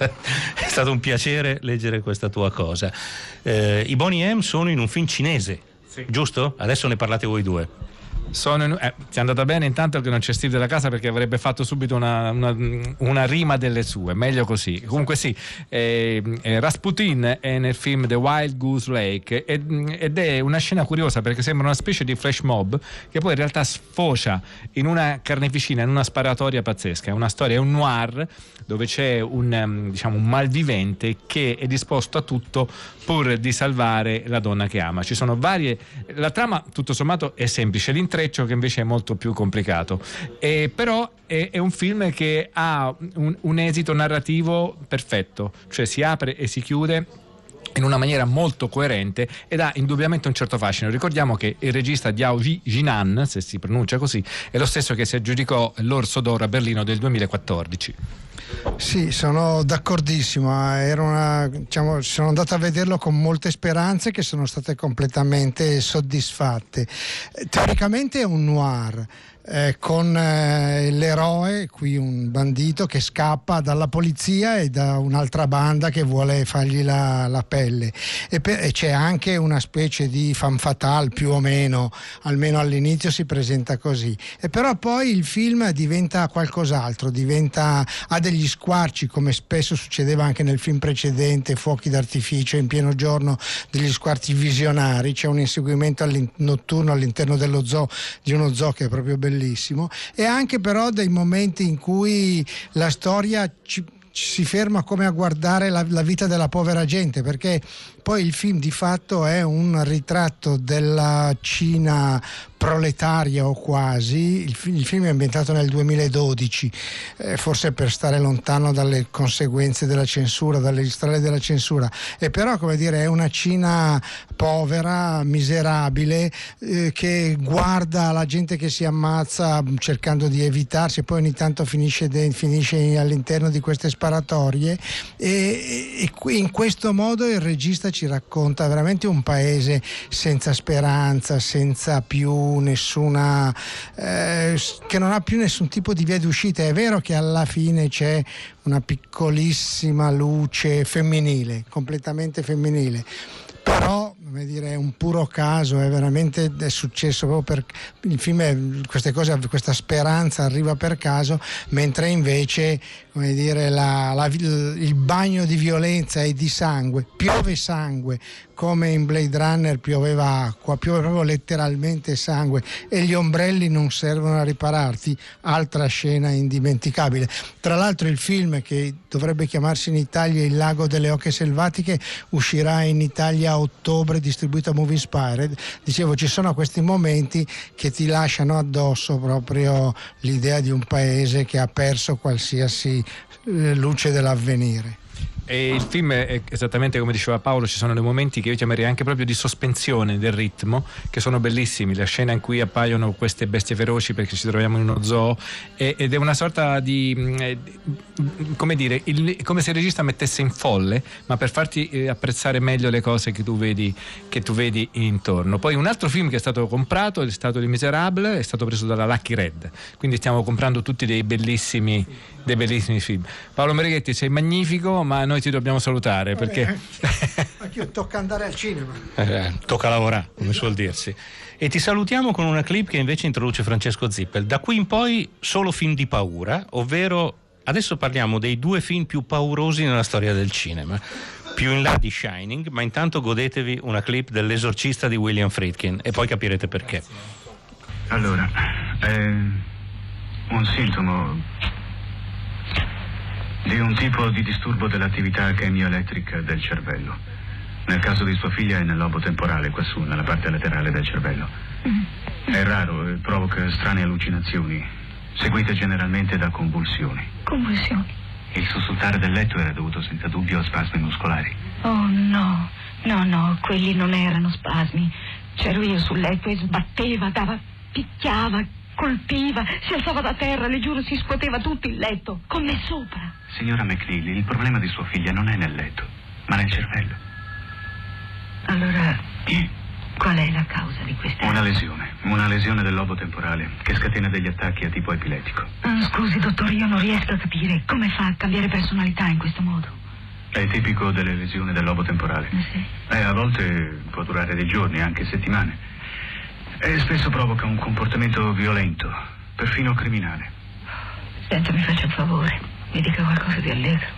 è stato un piacere leggere questa tua cosa. Eh, I Boney M sono in un film cinese, sì, giusto? Adesso ne parlate voi due. Sono in, eh, ti è andata bene intanto che non c'è Steve della casa, perché avrebbe fatto subito una, una, una rima delle sue, meglio così. Comunque sì, eh, eh, Rasputin è nel film The Wild Goose Lake ed, ed è una scena curiosa perché sembra una specie di flash mob che poi in realtà sfocia in una carneficina, in una sparatoria pazzesca. È una storia, è un noir dove c'è un, diciamo, un malvivente che è disposto a tutto pur di salvare la donna che ama. Ci sono varie, la trama tutto sommato è semplice, l'intreccio che invece è molto più complicato, e però è, è un film che ha un, un esito narrativo perfetto, cioè si apre e si chiude in una maniera molto coerente ed ha indubbiamente un certo fascino. Ricordiamo che il regista Diao Jinan, se si pronuncia così, è lo stesso che si aggiudicò l'Orso d'Oro a Berlino del duemilaquattordici. Sì, sono d'accordissimo. Era una, diciamo, sono andato a vederlo con molte speranze che sono state completamente soddisfatte. Teoricamente è un noir. Eh, con eh, l'eroe, qui un bandito che scappa dalla polizia e da un'altra banda che vuole fargli la, la pelle, e, per, e c'è anche una specie di femme fatale più o meno, almeno all'inizio si presenta così, e però poi il film diventa qualcos'altro, diventa, ha degli squarci, come spesso succedeva anche nel film precedente Fuochi d'artificio, in pieno giorno, degli squarci visionari. C'è un inseguimento all'in- notturno all'interno dello zoo, di uno zoo che è proprio bellissimo, e anche però dei momenti in cui la storia ci, ci si ferma come a guardare la, la vita della povera gente, perché poi il film di fatto è un ritratto della Cina proletaria o quasi. Il, il film è ambientato nel duemiladodici, eh, forse per stare lontano dalle conseguenze della censura, dalle strade della censura, e però, come dire, è una Cina povera, miserabile, eh, che guarda la gente che si ammazza cercando di evitarsi, e poi ogni tanto finisce, de, finisce all'interno di queste sparatorie, e, e, e in questo modo il regista ci racconta veramente un paese senza speranza, senza più nessuna, eh, che non ha più nessun tipo di via d'uscita. È vero che alla fine c'è una piccolissima luce femminile, completamente femminile, però, come dire, è un puro caso, è veramente è successo proprio per il film, è, queste cose, questa speranza arriva per caso, mentre invece, come dire, la, la, il bagno di violenza e di sangue, piove sangue, come in Blade Runner pioveva acqua, piove proprio letteralmente sangue, e gli ombrelli non servono a ripararti. Altra scena indimenticabile. Tra l'altro il film, che dovrebbe chiamarsi in Italia Il lago delle oche selvatiche, uscirà in Italia a ottobre, distribuito a Movie Inspired. Dicevo, ci sono questi momenti che ti lasciano addosso proprio l'idea di un paese che ha perso qualsiasi eh, luce dell'avvenire. E il film è esattamente come diceva Paolo, ci sono dei momenti che io chiamerei anche proprio di sospensione del ritmo, che sono bellissimi. La scena in cui appaiono queste bestie feroci, perché ci troviamo in uno zoo, ed è una sorta di, come dire, il, come se il regista mettesse in folle, ma per farti apprezzare meglio le cose che tu vedi, che tu vedi intorno. Poi un altro film che è stato comprato è stato Les Miserables, è stato preso dalla Lucky Red, quindi stiamo comprando tutti dei bellissimi, dei bellissimi film. Paolo Mereghetti, sei magnifico, ma noi ti dobbiamo salutare perché anche tocca andare al cinema, eh, tocca lavorare, come suol dirsi, e ti salutiamo con una clip che invece introduce Francesco Zippel. Da qui in poi solo film di paura, ovvero adesso parliamo dei due film più paurosi nella storia del cinema, più in là di Shining, ma intanto godetevi una clip dell'Esorcista di William Friedkin e poi capirete perché. Allora, è un sintomo di un tipo di disturbo dell'attività chemioelettrica del cervello. Nel caso di sua figlia è nel lobo temporale, quassù, nella parte laterale del cervello. È raro e provoca strane allucinazioni, seguite generalmente da convulsioni. Convulsioni? Il sussultare del letto era dovuto senza dubbio a spasmi muscolari. Oh no, no, no, quelli non erano spasmi. C'ero io sul letto e sbatteva, dava, picchiava, colpiva, si alzava da terra, le giuro si scuoteva tutto il letto, con me sopra. Signora McNeely, il problema di sua figlia non è nel letto, ma nel cervello. Allora, qual è la causa di questa? Una lesione, una lesione del lobo temporale che scatena degli attacchi a tipo epilettico. Mm, scusi, dottore, io non riesco a capire come fa a cambiare personalità in questo modo. È tipico delle lesioni del lobo temporale. Eh sì. Eh, a volte può durare dei giorni, anche settimane. E spesso provoca un comportamento violento, perfino criminale. Senta, mi faccia un favore, mi dica qualcosa di allegro.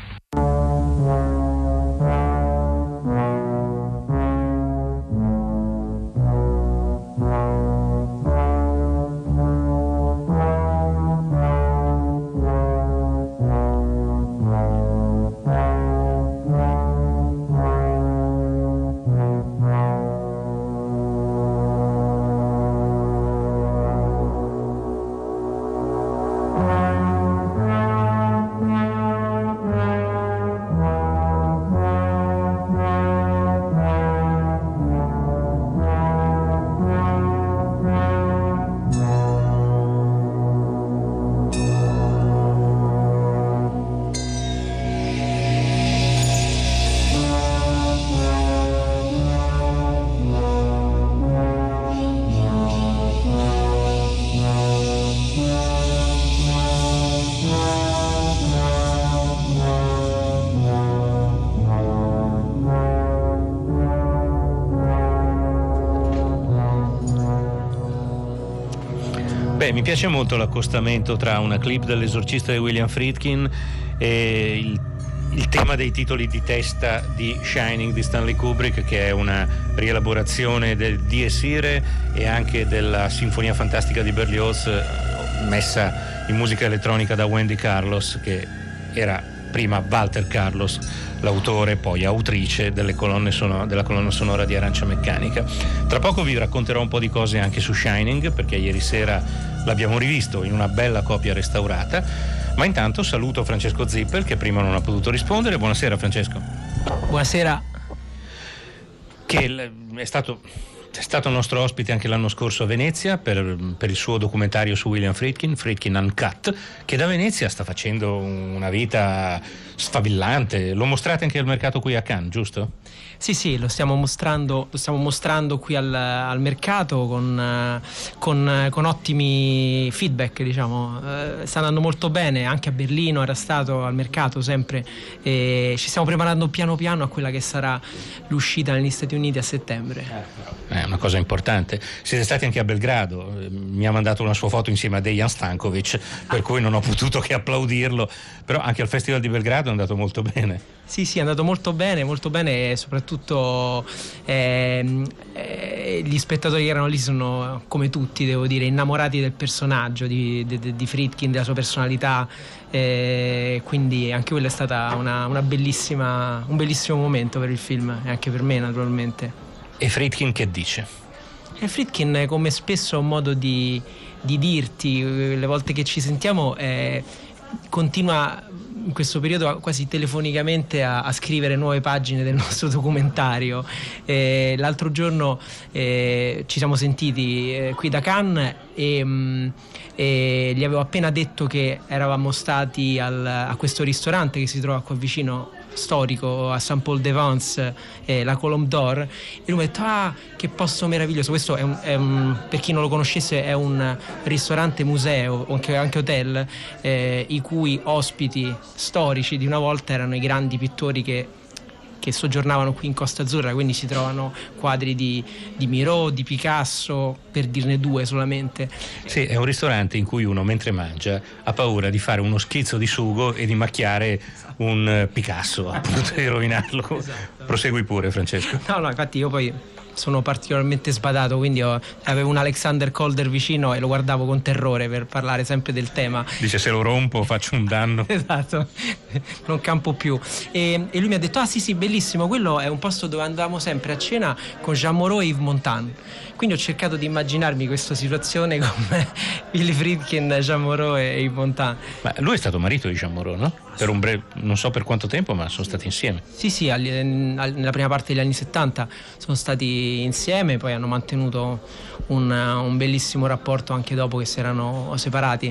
Beh, mi piace molto l'accostamento tra una clip dell'esorcista di William Friedkin e il, il tema dei titoli di testa di Shining di Stanley Kubrick, che è una rielaborazione del Dies Irae e anche della Sinfonia Fantastica di Berlioz, messa in musica elettronica da Wendy Carlos, che era prima Walter Carlos, l'autore, poi autrice delle colonne sonore, della colonna sonora di Arancia Meccanica. Tra poco vi racconterò un po' di cose anche su Shining, perché ieri sera l'abbiamo rivisto in una bella copia restaurata, ma intanto saluto Francesco Zippel, che prima non ha potuto rispondere. Buonasera Francesco. Buonasera. Che è stato... È stato nostro ospite anche l'anno scorso a Venezia per, per il suo documentario su William Friedkin, Friedkin Uncut, che da Venezia sta facendo una vita sfavillante. Lo mostrate anche al mercato qui a Cannes, giusto? Sì, sì, lo stiamo mostrando, lo stiamo mostrando qui al, al mercato con, con, con ottimi feedback, diciamo. Eh, sta andando molto bene, anche a Berlino era stato al mercato sempre, e ci stiamo preparando piano piano a quella che sarà l'uscita negli Stati Uniti a settembre. È una cosa importante. Siete stati anche a Belgrado, mi ha mandato una sua foto insieme a Dejan Stankovic, per cui non ho potuto che applaudirlo, però anche al Festival di Belgrado è andato molto bene. Sì, sì, è andato molto bene, molto bene, e soprattutto eh, eh, gli spettatori che erano lì sono, come tutti, devo dire, innamorati del personaggio di, di, di Friedkin, della sua personalità, eh, quindi anche quello è stata una, una bellissima, un bellissimo momento per il film e anche per me, naturalmente. E Friedkin che dice? E Friedkin, come spesso ha un modo di, di dirti, le volte che ci sentiamo, eh, continua in questo periodo quasi telefonicamente a, a scrivere nuove pagine del nostro documentario. Eh, l'altro giorno eh, ci siamo sentiti eh, qui da Cannes e, mh, e gli avevo appena detto che eravamo stati al, a questo ristorante che si trova qua vicino, storico, a Saint-Paul-de-Vence, eh, la Colombe d'Or, e lui mi ha detto: ah, che posto meraviglioso. Questo è un, è un, per chi non lo conoscesse, è un ristorante museo, anche, anche hotel, eh, i cui ospiti storici di una volta erano i grandi pittori che che soggiornavano qui in Costa Azzurra, quindi si trovano quadri di, di Miro, di Picasso, per dirne due solamente. Sì, è un ristorante in cui uno, mentre mangia, ha paura di fare uno schizzo di sugo e di macchiare un Picasso, appunto, di rovinarlo. Esatto. Prosegui pure, Francesco. No, no, infatti io poi sono particolarmente sbadato, quindi ho, avevo un Alexander Calder vicino e lo guardavo con terrore per parlare sempre del tema. Dice: se lo rompo faccio un danno. Esatto, non campo più. E, e lui mi ha detto: ah sì sì, bellissimo, quello è un posto dove andavamo sempre a cena con Jean Moreau e Yves Montand. Quindi ho cercato di immaginarmi questa situazione con Willy Friedkin, Jean Moreau e Yves Montand. Ma lui è stato marito di Jean Moreau, no? Per un breve, non so per quanto tempo, ma sono stati insieme. Sì, sì, all, all, nella prima parte degli anni settanta sono stati insieme, poi hanno mantenuto un, un bellissimo rapporto anche dopo che si erano separati.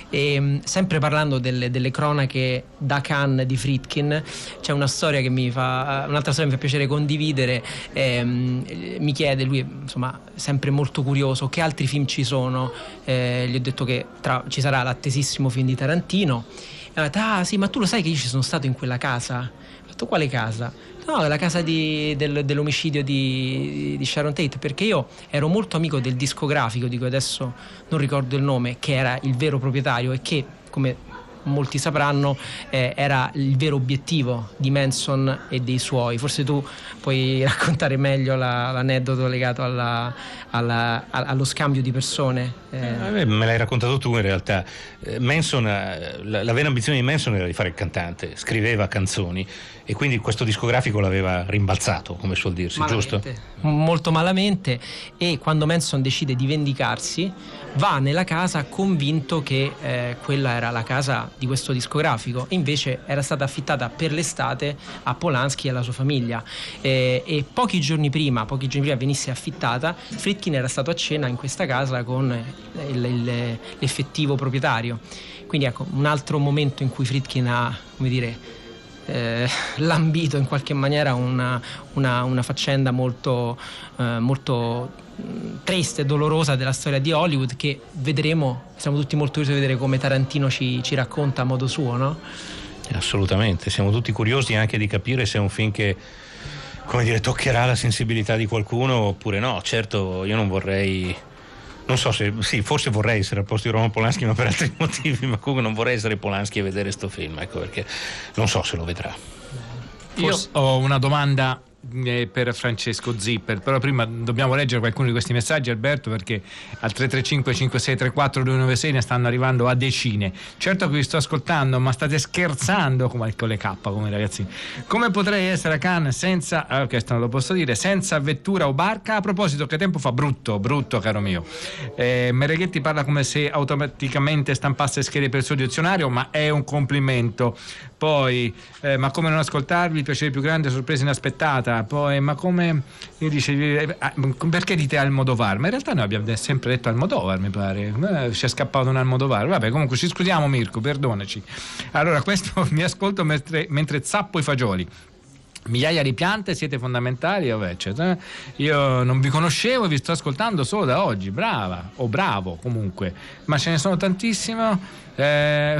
E sempre parlando delle, delle cronache da Cannes di Friedkin, c'è una storia che mi fa, un'altra storia che mi fa piacere condividere. Ehm, mi chiede, lui insomma sempre molto curioso, che altri film ci sono. Eh, gli ho detto che tra, ci sarà l'attesissimo film di Tarantino. E ho detto: ah sì, ma tu lo sai che io ci sono stato in quella casa? Ho detto: quale casa? No, la casa di, del, dell'omicidio di, di Sharon Tate, perché io ero molto amico del discografico, di cui adesso non ricordo il nome, che era il vero proprietario e che, come molti sapranno, eh, era il vero obiettivo di Manson e dei suoi. Forse tu puoi raccontare meglio la, l'aneddoto legato alla, alla, allo scambio di persone. Eh. Me l'hai raccontato tu in realtà. Manson, la, la vera ambizione di Manson era di fare il cantante, scriveva canzoni e quindi questo discografico l'aveva rimbalzato, come suol dirsi, malamente, giusto? Molto malamente. E quando Manson decide di vendicarsi, va nella casa convinto che eh, quella era la casa di questo discografico, e invece era stata affittata per l'estate a Polanski e alla sua famiglia. E, e pochi giorni prima, pochi giorni prima venisse affittata, Friedkin era stato a cena in questa casa con il, il, l'effettivo proprietario. Quindi ecco, un altro momento in cui Friedkin ha, come dire, Eh, lambito in qualche maniera una, una, una faccenda molto, eh, molto triste e dolorosa della storia di Hollywood, che vedremo, siamo tutti molto curiosi di vedere come Tarantino ci, ci racconta a modo suo, no? Assolutamente, siamo tutti curiosi anche di capire se è un film che, come dire, toccherà la sensibilità di qualcuno oppure no. Certo, io non vorrei, non so se, sì, forse vorrei essere al posto di Roman Polanski, ma per altri motivi, ma comunque non vorrei essere Polanski e vedere sto film, ecco, perché non so se lo vedrà. Forse... Io ho una domanda eh, per Francesco Zipper, però prima dobbiamo leggere qualcuno di questi messaggi, Alberto, perché al tre tre cinque cinque sei tre quattro due nove sei ne stanno arrivando a decine. Certo che vi sto ascoltando, ma state scherzando come con le K, come ragazzini. Come potrei essere a Cannes senza, ah, questo non lo posso dire, senza vettura o barca? A proposito, che tempo fa? Brutto, brutto, caro mio. eh, Mereghetti parla come se automaticamente stampasse schede per il suo dizionario, ma è un complimento. Poi eh, ma come non ascoltarvi, il piacere più grande, sorpresa inaspettata. Poi ma come dice, eh, perché dite Almodovar? Ma in realtà noi abbiamo sempre detto Almodovar, mi pare, eh, ci è scappato un Almodovar. Vabbè, comunque ci scusiamo, Mirko, perdonaci. Allora, questo mi ascolto mentre, mentre zappo i fagioli. Migliaia di piante, siete fondamentali, vabbè, eccetera. Io non vi conoscevo e vi sto ascoltando solo da oggi. Brava o bravo, comunque, ma ce ne sono tantissimo. Eh,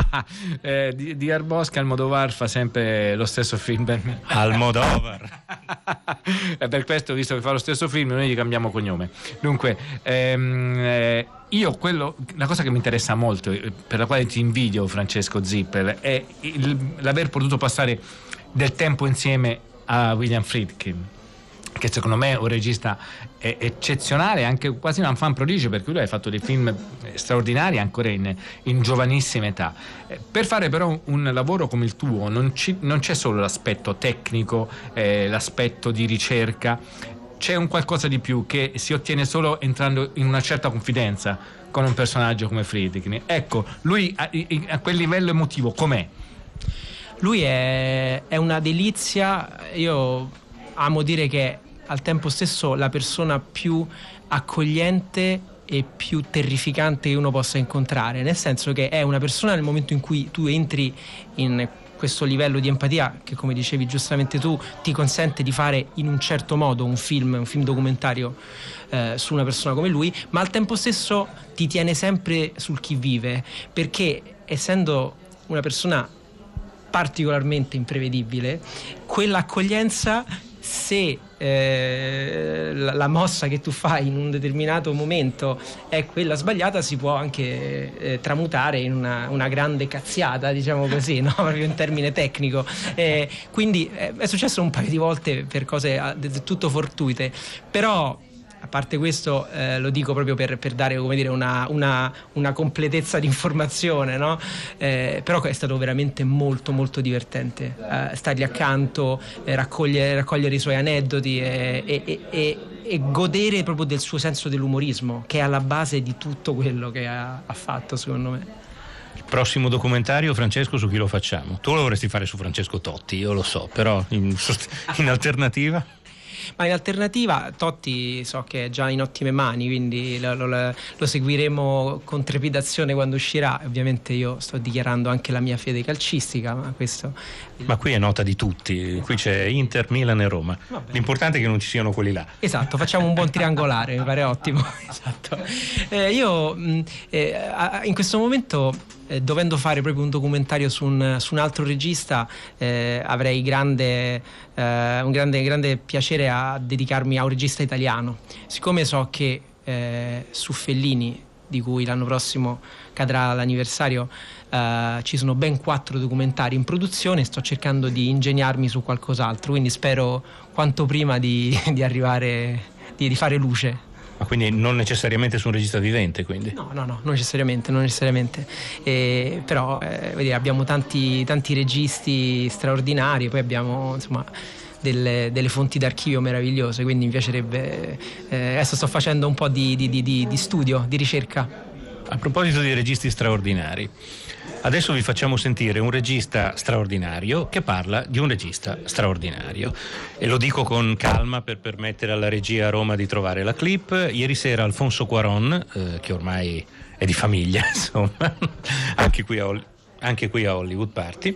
eh, di, di Arbosca, Almodovar fa sempre lo stesso film per me. Almodovar. E per questo, visto che fa lo stesso film, noi gli cambiamo cognome. Dunque, ehm, eh, io quello, la cosa che mi interessa molto, per la quale ti invidio, Francesco Zipper, è il, l'aver potuto passare del tempo insieme a William Friedkin, che secondo me è un regista eccezionale, anche quasi un fan prodigio, perché lui ha fatto dei film straordinari ancora in, in giovanissima età. Per fare però un lavoro come il tuo non, ci, non c'è solo l'aspetto tecnico, eh, l'aspetto di ricerca, c'è un qualcosa di più che si ottiene solo entrando in una certa confidenza con un personaggio come Friedkin. Ecco, lui a, a quel livello emotivo com'è? Lui è, è una delizia. Io amo dire che è al tempo stesso la persona più accogliente e più terrificante che uno possa incontrare, nel senso che è una persona, nel momento in cui tu entri in questo livello di empatia, che come dicevi giustamente tu, ti consente di fare in un certo modo un film, un film documentario eh, su una persona come lui, ma al tempo stesso ti tiene sempre sul chi vive, perché essendo una persona particolarmente imprevedibile, quell'accoglienza se eh, la, la mossa che tu fai in un determinato momento è quella sbagliata, si può anche eh, tramutare in una, una grande cazziata, diciamo così, no? Proprio in termine tecnico. Eh, quindi eh, è successo un paio di volte per cose del tutto fortuite, però a parte questo eh, lo dico proprio per, per dare, come dire, una, una, una completezza di informazione, no? Eh, però è stato veramente molto molto divertente eh, stargli accanto, eh, raccogliere, raccogliere i suoi aneddoti e, e, e, e godere proprio del suo senso dell'umorismo, che è alla base di tutto quello che ha, ha fatto, secondo me. Il prossimo documentario, Francesco, su chi lo facciamo? Tu lo vorresti fare su Francesco Totti, io lo so, però in, in alternativa? Ma in alternativa Totti so che è già in ottime mani, quindi lo, lo, lo seguiremo con trepidazione quando uscirà. Ovviamente io sto dichiarando anche la mia fede calcistica, ma questo... Ma qui è nota di tutti, qui c'è Inter, Milan e Roma. L'importante è che non ci siano quelli là. Esatto, facciamo un buon triangolare, mi pare ottimo. Esatto. Eh, io mh, eh, in questo momento, eh, dovendo fare proprio un documentario su un, su un altro regista, eh, avrei grande, eh, un grande, grande piacere a dedicarmi a un regista italiano. Siccome so che eh, su Fellini, di cui l'anno prossimo cadrà l'anniversario, Uh, ci sono ben quattro documentari in produzione, sto cercando di ingegnarmi su qualcos'altro, quindi spero quanto prima di, di arrivare, di, di fare luce. Ma quindi non necessariamente su un regista vivente, quindi? No, no, no, non necessariamente, non necessariamente. Eh, però eh, vedi, abbiamo tanti, tanti registi straordinari, poi abbiamo insomma delle, delle fonti d'archivio meravigliose, quindi mi piacerebbe... Eh, adesso sto facendo un po' di, di, di, di studio, di ricerca. A proposito di registi straordinari, adesso vi facciamo sentire un regista straordinario che parla di un regista straordinario, e lo dico con calma per permettere alla regia a Roma di trovare la clip. Ieri sera Alfonso Cuarón, eh, che ormai è di famiglia, insomma, anche qui a, anche qui a Hollywood Party,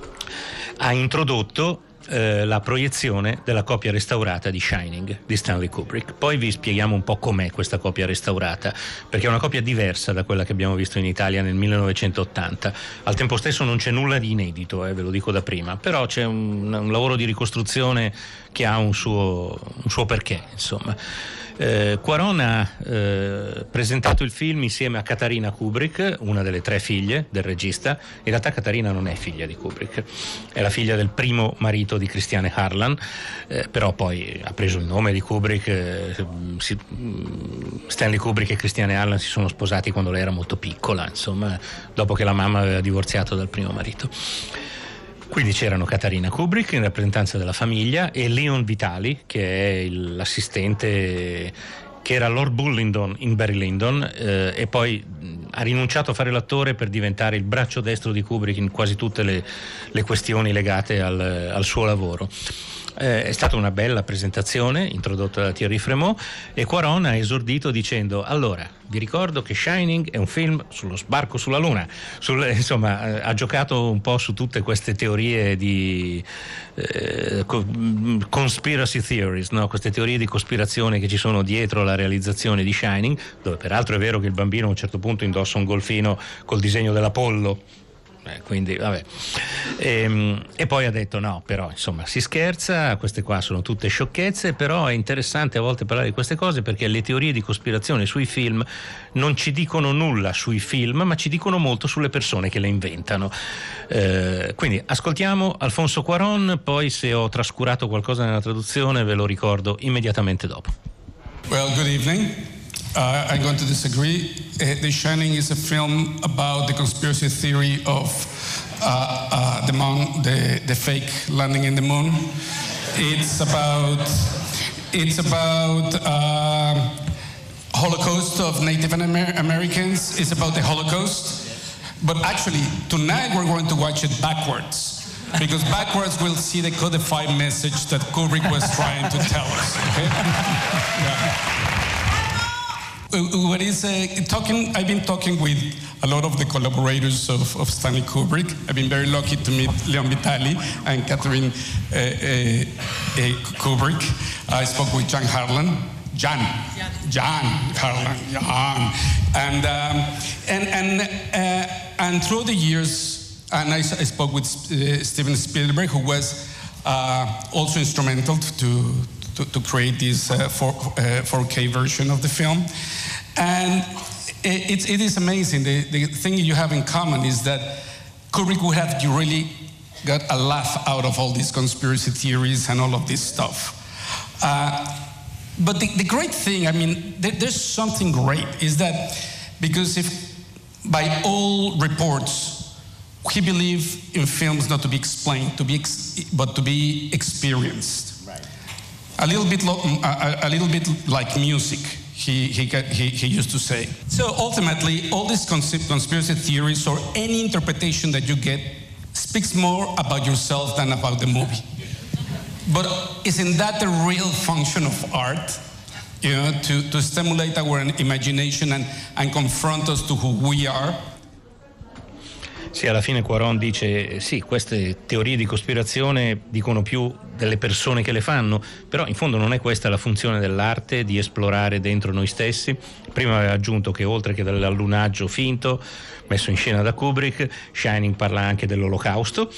ha introdotto Eh, la proiezione della copia restaurata di Shining di Stanley Kubrick. Poi vi spieghiamo un po' com'è questa copia restaurata, perché è una copia diversa da quella che abbiamo visto in Italia nel millenovecentottanta. Al tempo stesso non c'è nulla di inedito, eh, ve lo dico da prima, però c'è un, un lavoro di ricostruzione che ha un suo, un suo perché, insomma. Eh, Cuarón ha eh, presentato il film insieme a Katarina Kubrick, una delle tre figlie del regista. In realtà Katarina non è figlia di Kubrick, è la figlia del primo marito di Christiane Harlan, eh, però poi ha preso il nome di Kubrick. eh, si, Stanley Kubrick e Christiane Harlan si sono sposati quando lei era molto piccola, insomma, dopo che la mamma aveva divorziato dal primo marito. Quindi c'erano Katarina Kubrick in rappresentanza della famiglia e Leon Vitali, che è il, l'assistente, che era Lord Bullingdon in Barry Lyndon, eh, e poi ha rinunciato a fare l'attore per diventare il braccio destro di Kubrick in quasi tutte le, le questioni legate al, al suo lavoro. Eh, è stata una bella presentazione introdotta da Thierry Frémaux, e Cuarón ha esordito dicendo: allora, vi ricordo che Shining è un film sullo sbarco sulla Luna, sul, insomma, eh, ha giocato un po' su tutte queste teorie di eh, conspiracy theories, no? Queste teorie di cospirazione che ci sono dietro la realizzazione di Shining, dove peraltro è vero che il bambino a un certo punto indossa un golfino col disegno dell'Apollo. Eh, quindi vabbè, e, e poi ha detto no, però insomma si scherza, queste qua sono tutte sciocchezze, però è interessante a volte parlare di queste cose, perché le teorie di cospirazione sui film non ci dicono nulla sui film, ma ci dicono molto sulle persone che le inventano. Eh, quindi ascoltiamo Alfonso Cuarón, poi se ho trascurato qualcosa nella traduzione ve lo ricordo immediatamente dopo. Well, good evening. Uh, I'm going to disagree. Uh, The Shining is a film about the conspiracy theory of uh, uh, the moon, the, the fake landing in the moon. It's about it's about uh, Holocaust of Native Amer- Americans. It's about the Holocaust. But actually, tonight we're going to watch it backwards, because backwards we'll see the codified message that Kubrick was trying to tell us. Okay? Yeah. What is uh, talking? I've been talking with a lot of the collaborators of, of Stanley Kubrick. I've been very lucky to meet Leon Vitali and Catherine uh, uh, uh, Kubrick. I spoke with Jan Harlan. Jan. Jan Harlan. Jan. And um, and and uh, and through the years, and I, I spoke with uh, Steven Spielberg, who was uh, also instrumental to, to, to create this uh, four, uh, four K version of the film. And it, it is amazing. The, the thing you have in common is that Kubrick would have really got a laugh out of all these conspiracy theories and all of this stuff. Uh, but the, the great thing, I mean, there, there's something great, is that because if by all reports, he believed in films not to be explained, to be ex but to be experienced. Right. A little bit, lo a, a little bit like music, he, he, he, he used to say. So ultimately, all these conspiracy theories or any interpretation that you get speaks more about yourself than about the movie. But isn't that the real function of art? You know, to, to stimulate our imagination and, and confront us to who we are? Sì, alla fine Cuarón dice sì, queste teorie di cospirazione dicono più delle persone che le fanno, però in fondo non è questa la funzione dell'arte, di esplorare dentro noi stessi. Prima aveva aggiunto che oltre che dall'allunaggio finto messo in scena da Kubrick, Shining parla anche dell'olocausto,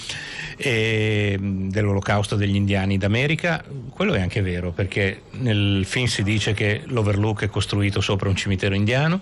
e dell'olocausto degli indiani d'America. Quello è anche vero, perché nel film si dice che l'Overlook è costruito sopra un cimitero indiano.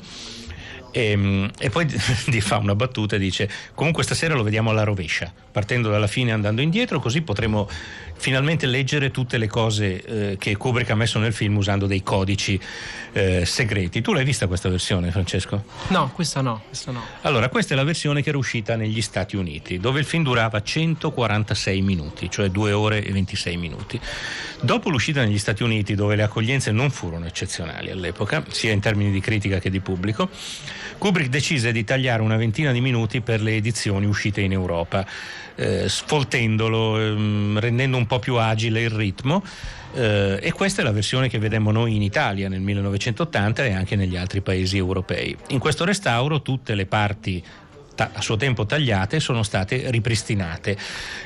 E, e poi fa una battuta e dice: comunque stasera lo vediamo alla rovescia, partendo dalla fine e andando indietro, così potremo finalmente leggere tutte le cose eh, che Kubrick ha messo nel film usando dei codici eh, segreti. Tu l'hai vista questa versione, Francesco? No, questa no, questa no. Allora, questa è la versione che era uscita negli Stati Uniti, dove il film durava centoquarantasei minuti, cioè due ore e ventisei minuti. Dopo l'uscita negli Stati Uniti, dove le accoglienze non furono eccezionali all'epoca, sia in termini di critica che di pubblico, Kubrick decise di tagliare una ventina di minuti per le edizioni uscite in Europa, eh, sfoltendolo, ehm, rendendo un po' più agile il ritmo, eh, e questa è la versione che vedemmo noi in Italia nel millenovecentottanta e anche negli altri paesi europei. In questo restauro tutte le parti a suo tempo tagliate sono state ripristinate,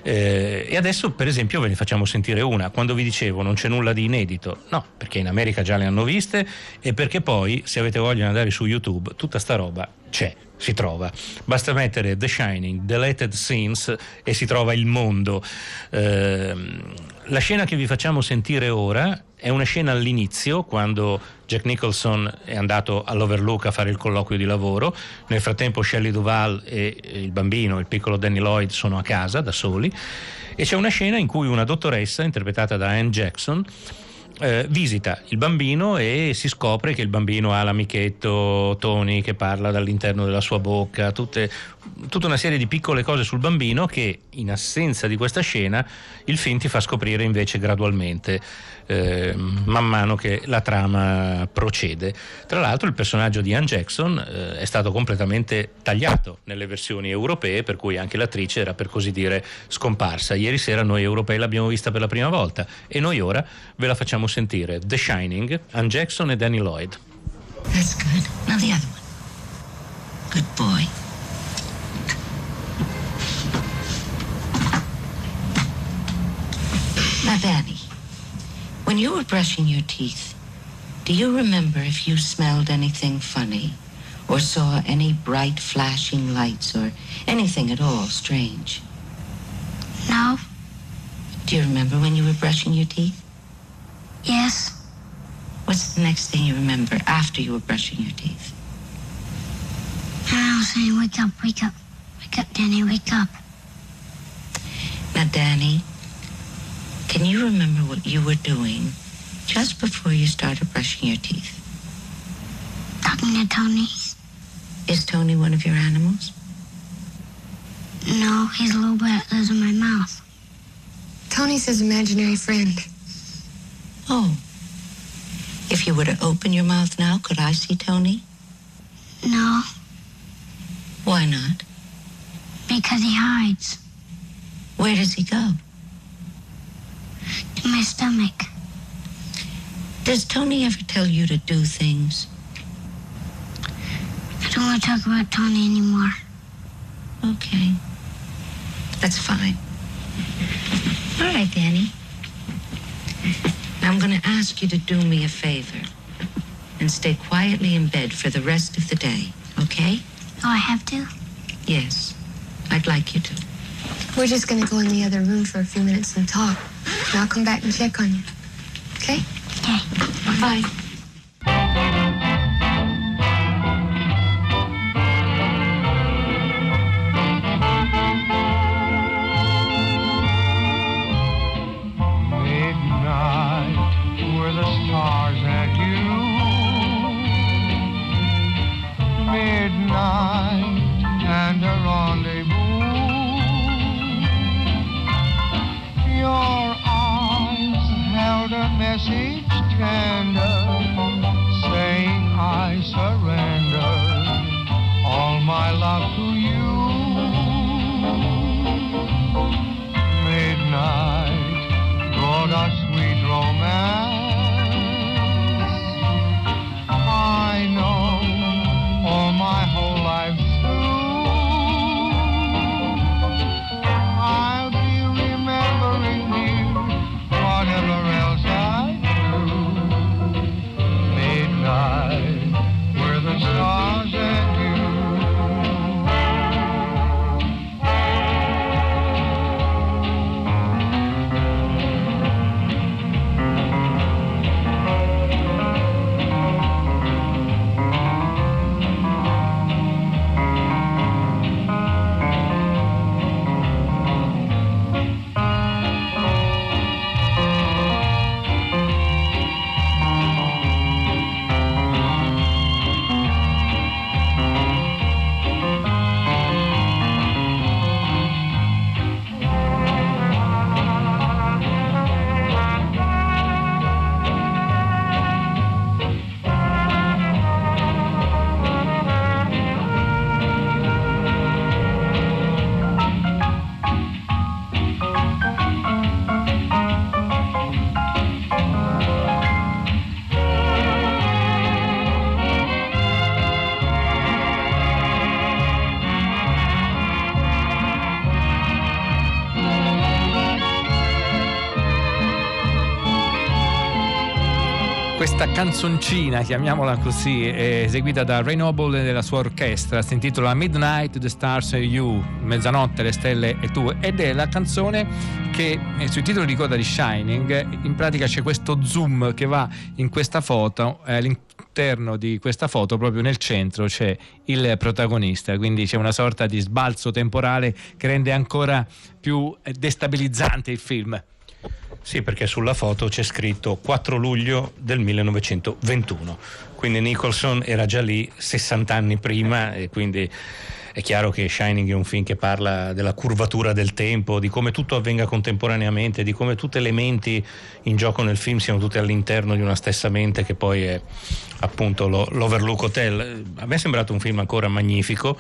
eh, e adesso per esempio ve ne facciamo sentire una. Quando vi dicevo non c'è nulla di inedito, no, perché in America già le hanno viste, e perché poi se avete voglia di andare su YouTube tutta sta roba c'è, si trova, basta mettere The Shining, Deleted Scenes e si trova il mondo. Eh, la scena che vi facciamo sentire ora è una scena all'inizio, quando Jack Nicholson è andato all'Overlook a fare il colloquio di lavoro. Nel frattempo Shelley Duvall e il bambino, il piccolo Danny Lloyd, sono a casa da soli, e c'è una scena in cui una dottoressa interpretata da Anne Jackson eh, visita il bambino e si scopre che il bambino ha l'amichetto Tony che parla dall'interno della sua bocca, tutte, tutta una serie di piccole cose sul bambino che in assenza di questa scena il film ti fa scoprire invece gradualmente, eh, man mano che la trama procede. Tra l'altro il personaggio di Anne Jackson eh, è stato completamente tagliato nelle versioni europee, per cui anche l'attrice era per così dire scomparsa. Ieri sera noi europei l'abbiamo vista per la prima volta e noi ora ve la facciamo sentire. The Shining, Anne Jackson e Danny Lloyd. That's good. Now the other one. Good boy. Now, Danny, when you were brushing your teeth, do you remember if you smelled anything funny or saw any bright flashing lights or anything at all strange? No. Do you remember when you were brushing your teeth? Yes. What's the next thing you remember after you were brushing your teeth? I was saying, wake up, wake up. Wake up, Danny, wake up. Now, Danny, can you remember what you were doing just before you started brushing your teeth? Talking to Tony. Is Tony one of your animals? No, he's a little boy that lives in my mouth. Tony's his imaginary friend. Oh. If you were to open your mouth now, could I see Tony? No. Why not? Because he hides. Where does he go? In my stomach. Does Tony ever tell you to do things? I don't want to talk about Tony anymore. Okay. That's fine. All right, Danny. Now I'm going to ask you to do me a favor and stay quietly in bed for the rest of the day, okay? Oh, I have to? Yes. I'd like you to. We're just gonna go in the other room for a few minutes and talk. And I'll come back and check on you. Okay? Okay. Bye. And a rendezvous. Your eyes held a message tender, saying I surrender all my love to you. Midnight brought us sweet romance. I know all my whole life Questa canzoncina, chiamiamola così, è eseguita da Ray Noble e della sua orchestra, si intitola Midnight, The Stars and You, Mezzanotte, le stelle e tu, ed è la canzone che sui titoli di coda di Shining. In pratica c'è questo zoom che va in questa foto, eh, all'interno di questa foto proprio nel centro c'è il protagonista, quindi c'è una sorta di sbalzo temporale che rende ancora più destabilizzante il film. Sì, perché sulla foto c'è scritto quattro luglio del millenovecentoventuno, quindi Nicholson era già lì sessanta anni prima, e quindi è chiaro che Shining è un film che parla della curvatura del tempo, di come tutto avvenga contemporaneamente, di come tutte le menti in gioco nel film siano tutte all'interno di una stessa mente, che poi è appunto lo, l'Overlook Hotel. A me è sembrato un film ancora magnifico.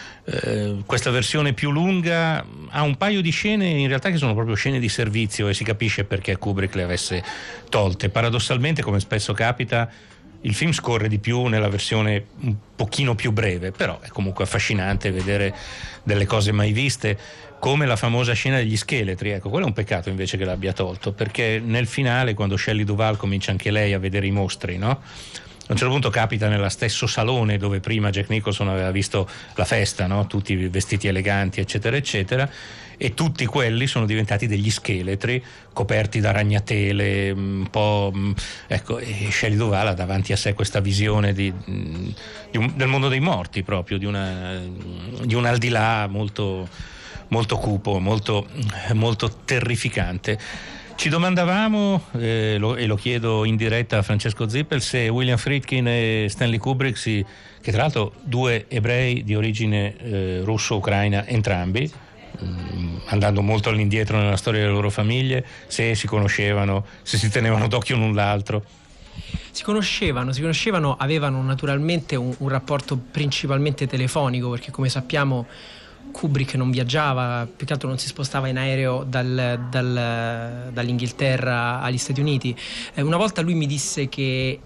Eh, questa versione più lunga ha un paio di scene in realtà che sono proprio scene di servizio, e si capisce perché Kubrick le avesse tolte. Paradossalmente, come spesso capita, il film scorre di più nella versione un pochino più breve, però è comunque affascinante vedere delle cose mai viste, come la famosa scena degli scheletri. Ecco, quello è un peccato invece che l'abbia tolto, perché nel finale, quando Shelley Duvall comincia anche lei a vedere i mostri, no? A un certo punto capita nello stesso salone dove prima Jack Nicholson aveva visto la festa, no? Tutti vestiti eleganti, eccetera eccetera, e tutti quelli sono diventati degli scheletri coperti da ragnatele, un po', ecco, e Shelley Duvall ha davanti a sé questa visione di, di un, del mondo dei morti, proprio di, una, di un al di là molto, molto cupo, molto, molto terrificante. Ci domandavamo, eh, lo, e lo chiedo in diretta a Francesco Zippel, se William Friedkin e Stanley Kubrick, si, che tra l'altro due ebrei di origine eh, russo-ucraina entrambi, mh, andando molto all'indietro nella storia delle loro famiglie, se si conoscevano, se si tenevano d'occhio l'un l'altro. Si conoscevano, si conoscevano, avevano naturalmente un, un rapporto principalmente telefonico, perché come sappiamo Kubrick non viaggiava, più che altro non si spostava in aereo dal, dal, dall'Inghilterra agli Stati Uniti. Eh, una volta lui mi disse che,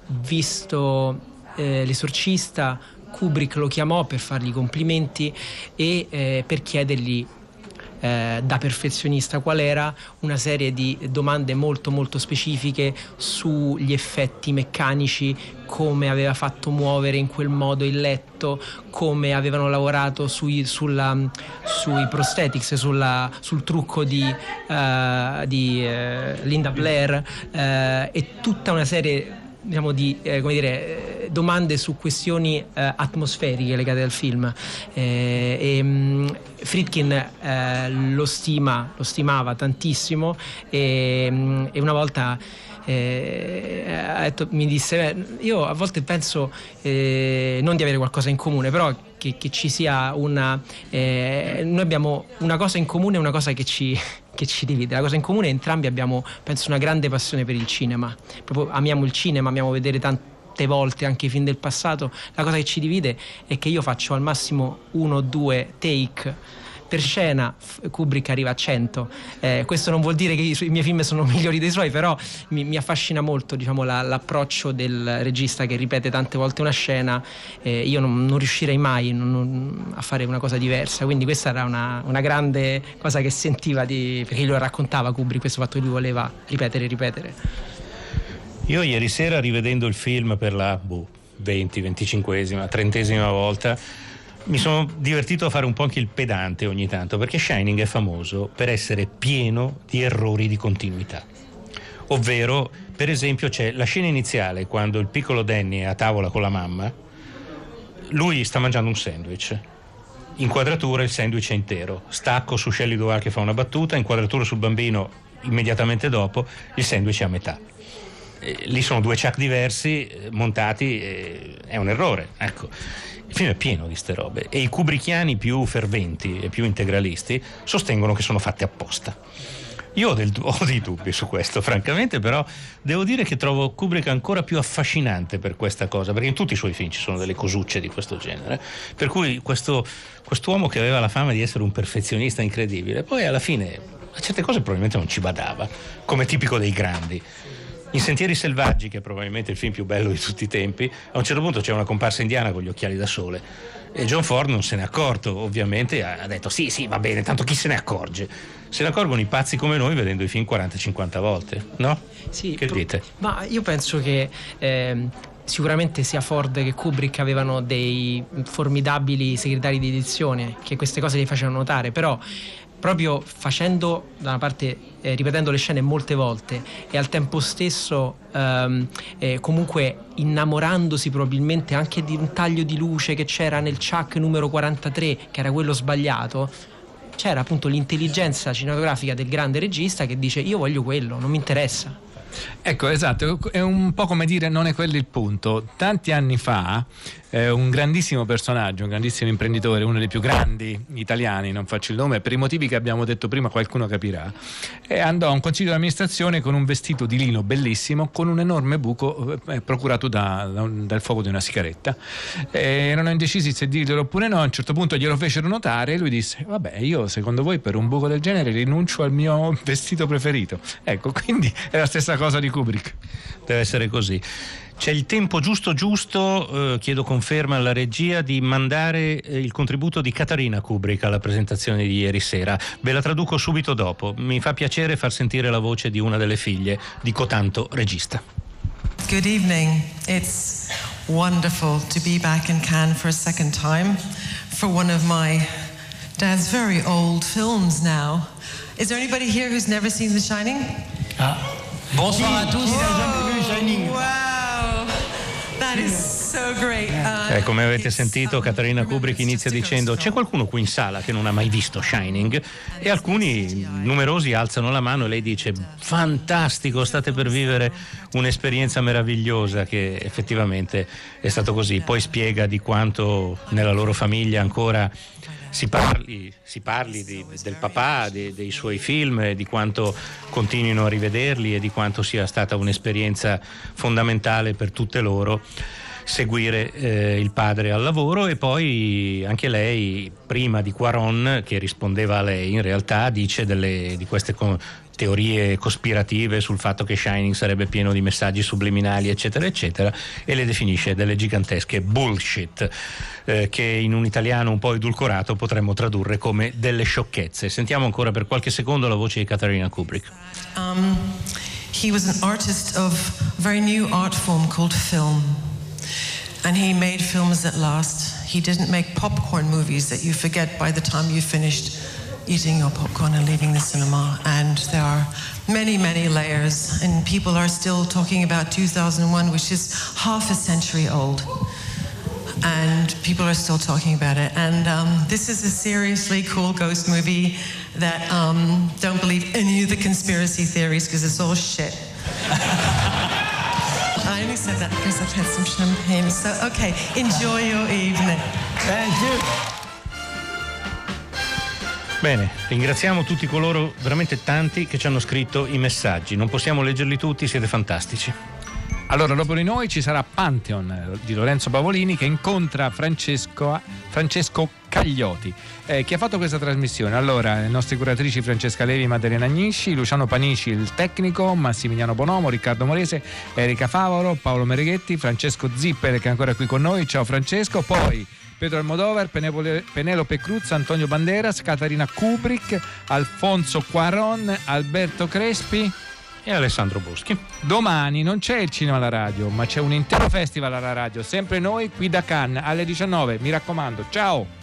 visto eh, L'Esorcista, Kubrick lo chiamò per fargli complimenti e eh, per chiedergli eh, da perfezionista qual era, una serie di domande molto molto specifiche sugli effetti meccanici, come aveva fatto muovere in quel modo il letto, come avevano lavorato sui, sulla, sui prosthetics, sulla, sul trucco di, uh, di uh, Linda Blair, uh, e tutta una serie, diciamo, di eh, come dire, domande su questioni eh, atmosferiche legate al film. Eh, e, mh, Friedkin eh, lo stima, lo stimava tantissimo, e, mh, e una volta Eh, ha detto, mi disse, beh, io a volte penso eh, non di avere qualcosa in comune, però che, che ci sia una eh, noi abbiamo una cosa in comune e una cosa che ci, che ci divide. La cosa in comune è entrambi abbiamo, penso, una grande passione per il cinema, proprio amiamo il cinema, amiamo vedere tante volte anche i film del passato. La cosa che ci divide è che io faccio al massimo uno o due take per scena, Kubrick arriva a cento. Eh, questo non vuol dire che i, su- i miei film sono migliori dei suoi, però mi, mi affascina molto, diciamo, la, l'approccio del regista che ripete tante volte una scena. Eh, io non, non riuscirei mai non, non, a fare una cosa diversa, quindi questa era una, una grande cosa che sentiva, di, perché lui lo raccontava Kubrick, questo fatto che lui voleva ripetere e ripetere. Io ieri sera, rivedendo il film per la boh, venti, venticinquesima, trentesima volta, mi sono divertito a fare un po' anche il pedante ogni tanto, perché Shining è famoso per essere pieno di errori di continuità. Ovvero, per esempio, c'è la scena iniziale quando il piccolo Danny è a tavola con la mamma, lui sta mangiando un sandwich, inquadratura, il sandwich è intero, stacco su Shelley Duvall che fa una battuta, inquadratura sul bambino immediatamente dopo, il sandwich è a metà. Eh, lì sono due chuck diversi eh, montati, eh, è un errore, ecco. Il film è pieno di ste robe, e i kubrickiani più ferventi e più integralisti sostengono che sono fatte apposta. Io ho, del, ho dei dubbi su questo, francamente, però devo dire che trovo Kubrick ancora più affascinante per questa cosa, perché in tutti i suoi film ci sono delle cosucce di questo genere, per cui questo quest'uomo che aveva la fama di essere un perfezionista incredibile, poi alla fine a certe cose probabilmente non ci badava, come tipico dei grandi. In Sentieri selvaggi, che è probabilmente il film più bello di tutti i tempi, a un certo punto c'è una comparsa indiana con gli occhiali da sole e John Ford non se ne è accorto, ovviamente ha detto sì sì va bene, tanto chi se ne accorge? Se ne accorgono i pazzi come noi vedendo i film quaranta cinquanta volte, no? Sì, che dite? Ma io penso che eh, sicuramente sia Ford che Kubrick avevano dei formidabili segretari di edizione che queste cose li facevano notare, però proprio facendo, da una parte, eh, ripetendo le scene molte volte e al tempo stesso ehm, eh, comunque innamorandosi probabilmente anche di un taglio di luce che c'era nel Chuck numero quarantatré, che era quello sbagliato, c'era appunto l'intelligenza cinematografica del grande regista che dice io voglio quello, non mi interessa. Ecco, esatto, è un po' come dire non è quello il punto. Tanti anni fa eh, un grandissimo personaggio, un grandissimo imprenditore, uno dei più grandi italiani, non faccio il nome, per i motivi che abbiamo detto prima qualcuno capirà, e andò a un consiglio di amministrazione con un vestito di lino bellissimo, con un enorme buco eh, procurato da, da, dal fuoco di una sigaretta, e erano indecisi se dirglielo oppure no. A un certo punto glielo fecero notare e lui disse vabbè, io secondo voi per un buco del genere rinuncio al mio vestito preferito. Ecco, quindi è la stessa cosa di Kubrick. Deve essere così. C'è il tempo giusto giusto, eh, chiedo conferma alla regia, di mandare eh, il contributo di Katarina Kubrick alla presentazione di ieri sera. Ve la traduco subito dopo. Mi fa piacere far sentire la voce di una delle figlie di cotanto regista. Good evening. It's wonderful to be back in Cannes for a second time for one of my dad's very old films now. Is there anybody here who's never seen The Shining? Ah. Bonsoir à tous, il n'a jamais vu Shining. Wow, that is so great. Uh, eh, come avete sentito, Katarina Kubrick inizia dicendo c'è qualcuno qui in sala che non ha mai visto Shining, e alcuni numerosi alzano la mano e lei dice fantastico, state per vivere un'esperienza meravigliosa, che effettivamente è stato così. Poi spiega di quanto nella loro famiglia ancora si parli, si parli di, del papà, de, dei suoi film, di quanto continuino a rivederli e di quanto sia stata un'esperienza fondamentale per tutte loro seguire eh, il padre al lavoro. E poi anche lei, prima di Cuarón, che rispondeva a lei, in realtà dice delle, di queste con, teorie cospirative sul fatto che Shining sarebbe pieno di messaggi subliminali eccetera eccetera, e le definisce delle gigantesche bullshit, eh, che in un italiano un po' edulcorato potremmo tradurre come delle sciocchezze. Sentiamo ancora per qualche secondo la voce di Katharina Kubrick. Um, he was an artist of a very new art form called film, and he made films that last. He didn't make popcorn movies that you forget by the time you finished eating your popcorn and leaving the cinema. And there are many, many layers, and people are still talking about two thousand one, which is half a century old. And people are still talking about it. And um, this is a seriously cool ghost movie that um, don't believe any of the conspiracy theories, because it's all shit. I only said that because I've had some champagne. So, okay, enjoy your evening. Thank you. Bene, ringraziamo tutti coloro, veramente tanti, che ci hanno scritto i messaggi. Non possiamo leggerli tutti, siete fantastici. Allora, dopo di noi ci sarà Pantheon di Lorenzo Pavolini, che incontra Francesco, Francesco Caglioti, eh, che ha fatto questa trasmissione. Allora, le nostre curatrici Francesca Levi, Maddalena Agnisci, Luciano Panici, il tecnico, Massimiliano Bonomo, Riccardo Morese, Erika Favaro, Paolo Mereghetti, Francesco Zipper, che è ancora qui con noi. Ciao Francesco. Poi Pedro Almodovar, Penelope Cruz, Antonio Banderas, Catarina Kubrick, Alfonso Cuaron, Alberto Crespi e Alessandro Boschi. Domani non c'è il cinema alla radio, ma c'è un intero festival alla radio, sempre noi qui da Cannes alle diciannove. Mi raccomando, ciao!